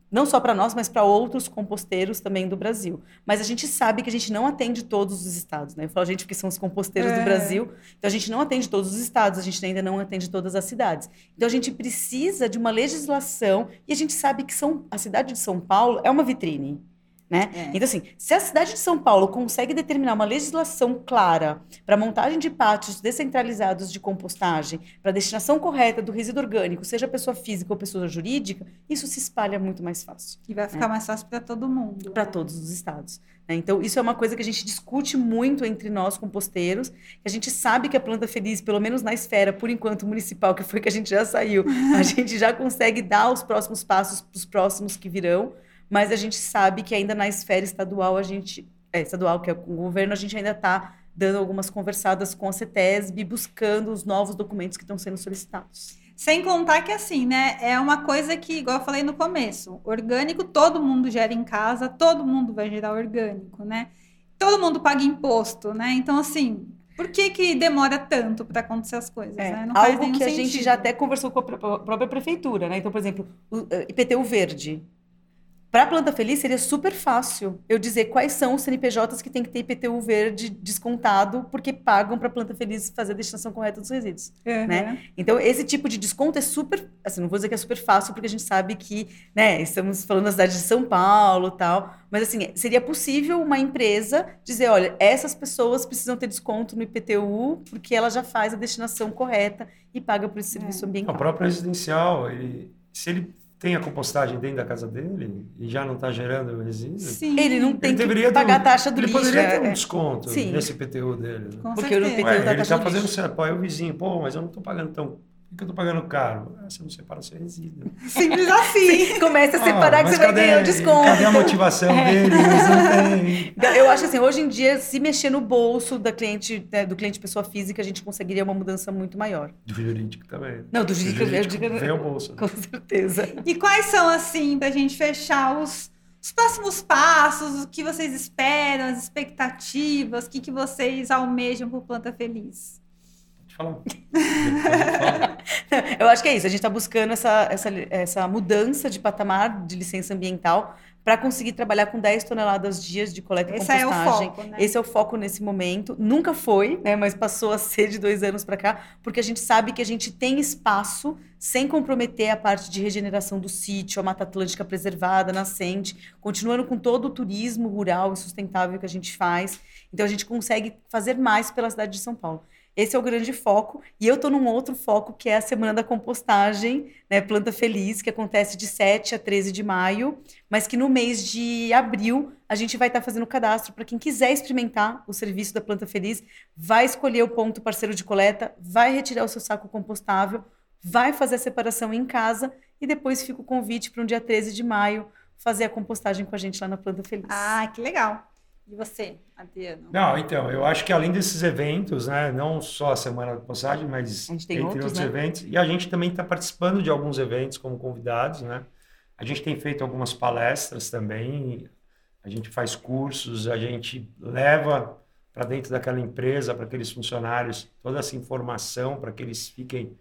B: não só para nós, mas para outros composteiros também do Brasil. Mas a gente sabe que a gente não atende todos os estados, né? Eu falo a gente porque são os composteiros
A: É.
B: do Brasil, então a gente não atende todos os estados, a gente ainda não atende todas as cidades. Então a gente precisa de uma legislação, e a gente sabe que São, a cidade de São Paulo é uma vitrine. Né?
A: É.
B: Então, assim, se a cidade de São Paulo consegue determinar uma legislação clara para montagem de pátios descentralizados de compostagem, para destinação correta do resíduo orgânico, seja pessoa física ou pessoa jurídica, isso se espalha muito mais fácil.
A: E vai ficar mais fácil para todo mundo.
B: Para todos os estados. Né? Então, isso é uma coisa que a gente discute muito entre nós, composteiros, que a gente sabe que a Planta Feliz, pelo menos na esfera, por enquanto, municipal, que foi que a gente já saiu, a gente já consegue dar os próximos passos para os próximos que virão, mas a gente sabe que ainda na esfera estadual, a gente, é, estadual, que é com o governo, a gente ainda está dando algumas conversadas com a CETESB, buscando os novos documentos que estão sendo solicitados.
A: Sem contar que, assim, né, é uma coisa que, igual eu falei no começo, orgânico todo mundo gera em casa, todo mundo vai gerar orgânico, né? Todo mundo paga imposto, né? Então, assim, por que que demora tanto para acontecer as coisas,
B: É,
A: né? Não faz
B: algo
A: nenhum
B: que a
A: sentido.
B: gente já até conversou com a pró- própria prefeitura, né? Então, por exemplo, o eh, I P T U verde. Para a Planta Feliz seria super fácil eu dizer quais são os C N P Js que tem que ter I P T U verde descontado porque pagam para a Planta Feliz fazer a destinação correta dos resíduos,
A: Uhum.
B: né? Então, esse tipo de desconto é super, assim, não vou dizer que é super fácil porque a gente sabe que, né, estamos falando da cidade de São Paulo e tal, mas assim, seria possível uma empresa dizer, olha, essas pessoas precisam ter desconto no I P T U porque ela já faz a destinação correta e paga por esse serviço ambiental.
C: O próprio residencial, ele, se ele tem a compostagem dentro da casa dele e já não está gerando resíduo,
A: Sim,
B: Ele não tem
C: ele
B: que
C: deveria
B: pagar
C: ter,
B: a taxa do
C: ele
B: lixo.
C: poderia ter
B: é.
C: um desconto
B: Sim.
C: nesse I P T U dele. Né?
A: com
B: Porque o
A: certeza.
B: I P T U
C: Ué,
B: da
C: ele
B: taxa
C: está
B: do
C: fazendo
B: lixo.
C: certo, pô, é o vizinho, pô, mas eu não estou pagando tão... Por que eu estou pagando caro? Ah, você não separa seu resíduo.
A: Simples assim.
B: Começa a separar
C: Ah,
B: que
C: mas
B: você vai
C: cadê-
B: ganhar o desconto.
C: Cadê a motivação dele? Eles não têm.
B: Então, eu acho que assim, hoje em dia, se mexer no bolso da cliente, né, do cliente pessoa física, a gente conseguiria uma mudança muito maior.
C: Do jurídico também.
B: Não, do jurídico, eu digo-
C: Vem o bolso.
B: Com certeza.
A: E quais são, assim, pra gente fechar os, os próximos passos, o que vocês esperam, as expectativas, o que, que vocês almejam por Planta Feliz?
C: Pode falar. Depois eu falo.
B: Eu acho que é isso. A gente está buscando essa, essa, essa mudança de patamar de licença ambiental para conseguir trabalhar com dez toneladas dias de coleta e
A: Esse é o
B: compostagem.
A: foco, né?
B: Esse é o foco nesse momento. Nunca foi, né? Mas passou a ser de dois anos para cá, porque a gente sabe que a gente tem espaço sem comprometer a parte de regeneração do sítio, a Mata Atlântica preservada, nascente, continuando com todo o turismo rural e sustentável que a gente faz. Então, a gente consegue fazer mais pela cidade de São Paulo. Esse é o grande foco. E eu estou num outro foco, que é a Semana da Compostagem, né, Planta Feliz, que acontece de sete a treze de maio, mas que no mês de abril a gente vai estar fazendo o cadastro para quem quiser experimentar o serviço da Planta Feliz, vai escolher o ponto parceiro de coleta, vai retirar o seu saco compostável, vai fazer a separação em casa e depois fica o convite para um dia treze de maio fazer a compostagem com a gente lá na Planta Feliz.
A: Ah, que legal. E você, Adriano?
C: Não, então, eu acho que além desses eventos, né, não só a Semana da Compostagem, mas
B: A gente tem
C: entre
B: outros,
C: outros
B: né?
C: eventos, e a gente também está participando de alguns eventos como convidados, né? A gente tem feito algumas palestras também, a gente faz cursos, a gente leva para dentro daquela empresa, para aqueles funcionários, toda essa informação para que eles fiquem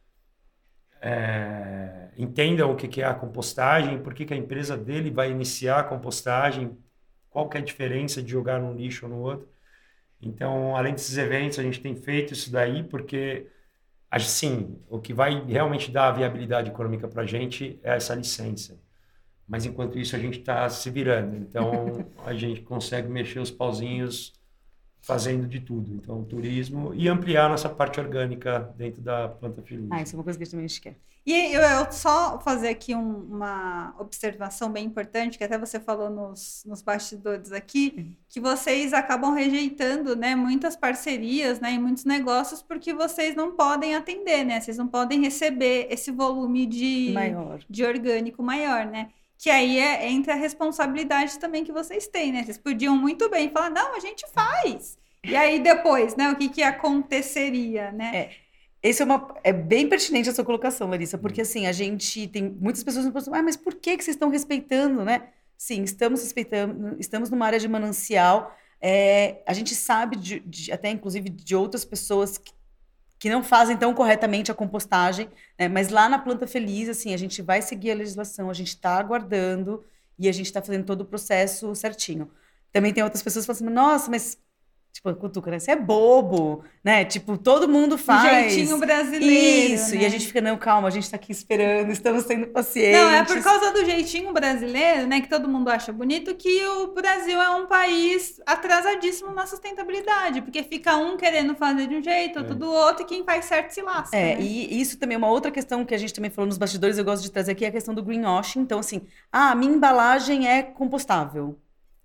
C: é, entendam o que que é a compostagem, por que que a empresa dele vai iniciar a compostagem, qual que é a diferença de jogar num lixo ou no outro. Então, além desses eventos, a gente tem feito isso daí porque, assim, o que vai realmente dar a viabilidade econômica para a gente é essa licença. Mas, enquanto isso, a gente está se virando. Então, a gente consegue mexer os pauzinhos fazendo de tudo. Então, turismo e ampliar nossa parte orgânica dentro da Planta Feliz.
B: Ah, isso é uma coisa que a gente também quer.
A: E eu, eu só fazer aqui um- uma observação bem importante, que até você falou nos, nos bastidores aqui, que vocês acabam rejeitando, né, muitas parcerias, né, e muitos negócios porque vocês não podem atender, né? Vocês não podem receber esse volume de,
B: Maior.
A: de orgânico maior, né? Que aí é entre a responsabilidade também que vocês têm, né? Vocês podiam muito bem falar, não, a gente faz. E aí depois, né, o que que aconteceria, né?
B: É. Esse é, uma, é bem pertinente a sua colocação, Larissa, porque assim, a gente tem muitas pessoas que pensam, ah, mas por que que vocês estão respeitando, né? Sim, estamos respeitando, estamos numa área de manancial, é, a gente sabe, de, de- até inclusive de outras pessoas que, que não fazem tão corretamente a compostagem, né? Mas lá na Planta Feliz, assim, a gente vai seguir a legislação, a gente está aguardando e a gente está fazendo todo o processo certinho. Também tem outras pessoas que falam assim, nossa, mas tipo, cutuca, né? Você é bobo, né? Tipo, todo mundo faz.
A: Jeitinho brasileiro,
B: Isso,
A: né?
B: e a gente fica, não, calma, a gente tá aqui esperando, estamos sendo pacientes.
A: Não, é por causa do jeitinho brasileiro, né, que todo mundo acha bonito, que o Brasil é um país atrasadíssimo na sustentabilidade, porque fica um querendo fazer de um jeito, outro
C: É.
A: do outro, e quem faz certo se lasca,
B: É,
A: né?
B: e isso também é uma outra questão que a gente também falou nos bastidores, eu gosto de trazer aqui, é a questão do greenwashing. Então, assim, ah, a minha embalagem é compostável.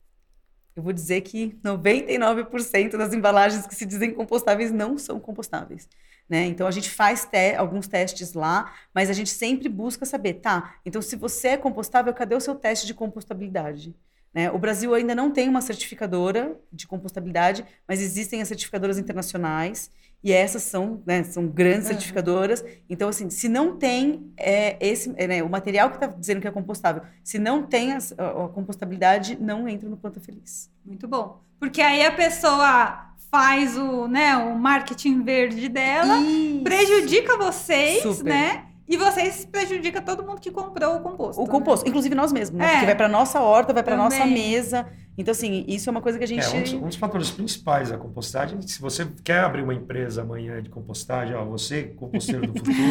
B: Eu vou dizer que noventa e nove por cento das embalagens que se dizem compostáveis não são compostáveis, né? Então, a gente faz te- alguns testes lá, mas a gente sempre busca saber, tá, então se você é compostável, cadê o seu teste de compostabilidade? Né? O Brasil ainda não tem uma certificadora de compostabilidade, mas existem as certificadoras internacionais, e essas são, né, são grandes
A: Uhum.
B: certificadoras. Então, assim, se não tem é, esse, é, né, o material que está dizendo que é compostável, se não tem as- a, a compostabilidade, não entra no Planta Feliz.
A: Muito bom. Porque aí a pessoa faz o, né, o marketing verde dela,
B: Isso.
A: prejudica vocês,
B: Super.
A: né? E vocês prejudicam todo mundo que comprou o composto.
B: O
A: né?
B: composto, inclusive nós mesmos, né?
A: É.
B: Porque vai para nossa horta, vai para
A: Também.
B: nossa mesa. Então, assim, isso é uma coisa que a gente...
C: É, um dos, um dos fatores principais da compostagem, se você quer abrir uma empresa amanhã de compostagem, ó, você, composteiro do futuro,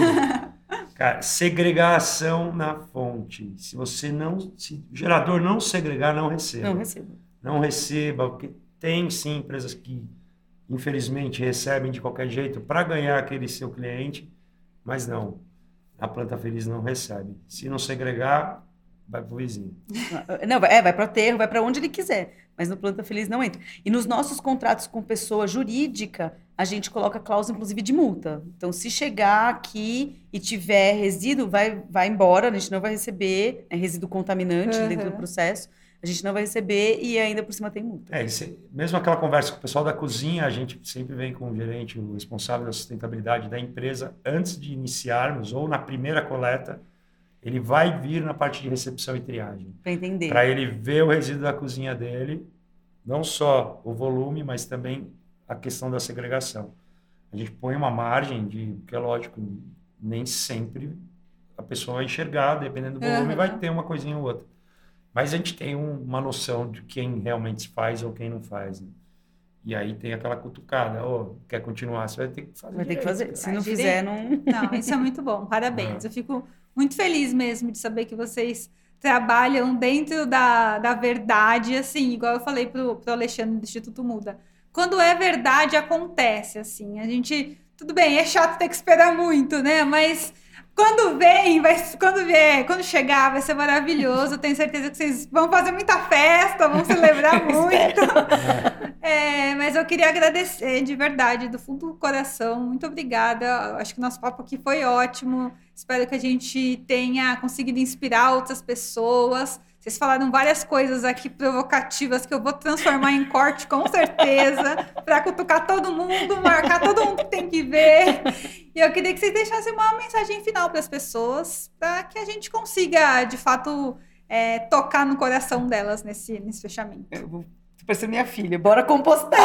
C: cara, segregação na fonte. Se você não, se o gerador não segregar, não receba.
B: Não recebo.
C: Não receba, porque tem sim empresas que, infelizmente, recebem de qualquer jeito para ganhar aquele seu cliente, mas não. A Planta Feliz não recebe. Se não segregar, vai pro vizinho.
B: Não, vai- é, vai para o aterro, vai para onde ele quiser, mas no Planta Feliz não entra. E nos nossos contratos com pessoa jurídica, a gente coloca cláusula, inclusive, de multa. Então, se chegar aqui e tiver resíduo, vai, vai embora, a gente não vai receber, é resíduo contaminante
A: Uhum.
B: dentro do processo, a gente não vai receber e ainda por cima tem multa.
C: É, esse- mesmo aquela conversa com o pessoal da cozinha, a gente sempre vem com o gerente, o responsável da sustentabilidade da empresa, antes de iniciarmos, ou na primeira coleta, ele vai vir na parte de recepção e triagem,
B: Para entender.
C: para ele ver o resíduo da cozinha dele, não só o volume, mas também a questão da segregação. A gente põe uma margem de, que é lógico, nem sempre a pessoa vai enxergar, dependendo do volume,
A: Uhum.
C: vai ter uma coisinha ou outra. Mas a gente tem um- uma noção de quem realmente faz ou quem não faz, né? E aí tem aquela cutucada, ô, quer continuar, você vai ter que fazer
B: Vai ter que
C: direito,
B: fazer.
C: cara.
B: Se
A: Vai
B: não
A: direito.
B: fizer, não...
A: Não, isso é muito bom. Parabéns.
C: É.
A: Eu fico muito feliz mesmo de saber que vocês trabalham dentro da, da verdade, assim, igual eu falei pro, pro Alexandre do Instituto Muda. Quando é verdade, acontece, assim. A gente, tudo bem, é chato ter que esperar muito, né? Mas quando vem, vai, quando vier, quando chegar, vai ser maravilhoso. Eu tenho certeza que vocês vão fazer muita festa, vão celebrar muito. É, mas eu queria agradecer de verdade, do fundo do coração. Muito obrigada. Acho que nosso papo aqui foi ótimo. Espero que a gente tenha conseguido inspirar outras pessoas. Vocês falaram várias coisas aqui provocativas que eu vou transformar em corte, com certeza, para cutucar todo mundo, marcar todo mundo que tem que ver. E eu queria que vocês deixassem uma mensagem final para as pessoas, para que a gente consiga, de fato, é, tocar no coração delas nesse, nesse fechamento.
B: Eu vou parecer minha filha. Bora compostar.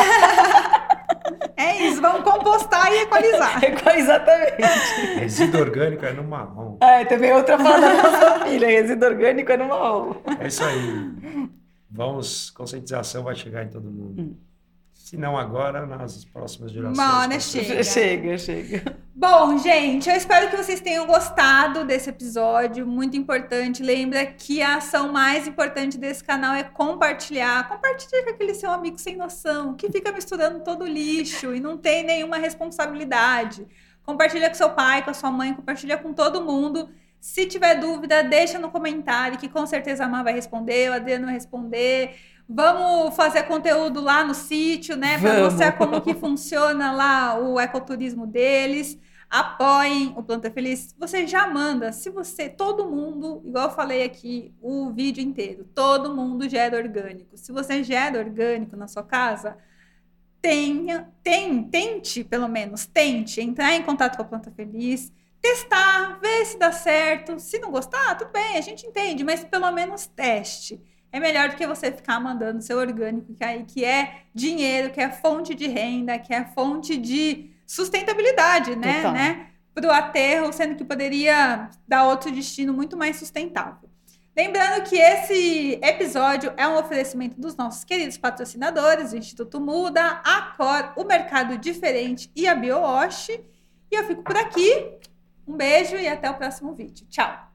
A: É isso, vamos compostar e equalizar.
B: Exatamente.
C: Resíduo orgânico é no marrom.
B: Ah, é também outra fala da nossa filha. Resíduo orgânico é no marrom.
C: É isso aí. Vamos, conscientização vai chegar em todo mundo.
B: Hum.
C: Se não agora, nas próximas gerações.
A: Uma hora
C: com
A: chega.
C: certeza.
B: Chega, chega.
A: Bom, gente, eu espero que vocês tenham gostado desse episódio, muito importante. Lembra que a ação mais importante desse canal é compartilhar. Compartilha com aquele seu amigo sem noção, que fica misturando todo o lixo e não tem nenhuma responsabilidade. Compartilha com seu pai, com a sua mãe, compartilha com todo mundo. Se tiver dúvida, deixa no comentário, que com certeza a Má vai responder, o Adriano vai responder. Vamos fazer conteúdo lá no sítio, né? Para
B: Vamos.
A: mostrar como que funciona lá o ecoturismo deles. Apoiem o Planta Feliz. Você já manda, se você, todo mundo, igual eu falei aqui, o vídeo inteiro, todo mundo gera orgânico. Se você gera orgânico na sua casa, tenha, tem, tente, pelo menos, tente entrar em contato com a Planta Feliz, testar, ver se dá certo. Se não gostar, tudo bem, a gente entende, mas pelo menos teste. É melhor do que você ficar mandando seu orgânico, que aí que é dinheiro, que é fonte de renda, que é fonte de sustentabilidade, né?
B: Total.
A: né? Para o aterro, sendo que poderia dar outro destino muito mais sustentável. Lembrando que esse episódio é um oferecimento dos nossos queridos patrocinadores, o Instituto Muda, a Cor, o Mercado Diferente e a BioWash. E eu fico por aqui. Um beijo e até o próximo vídeo. Tchau!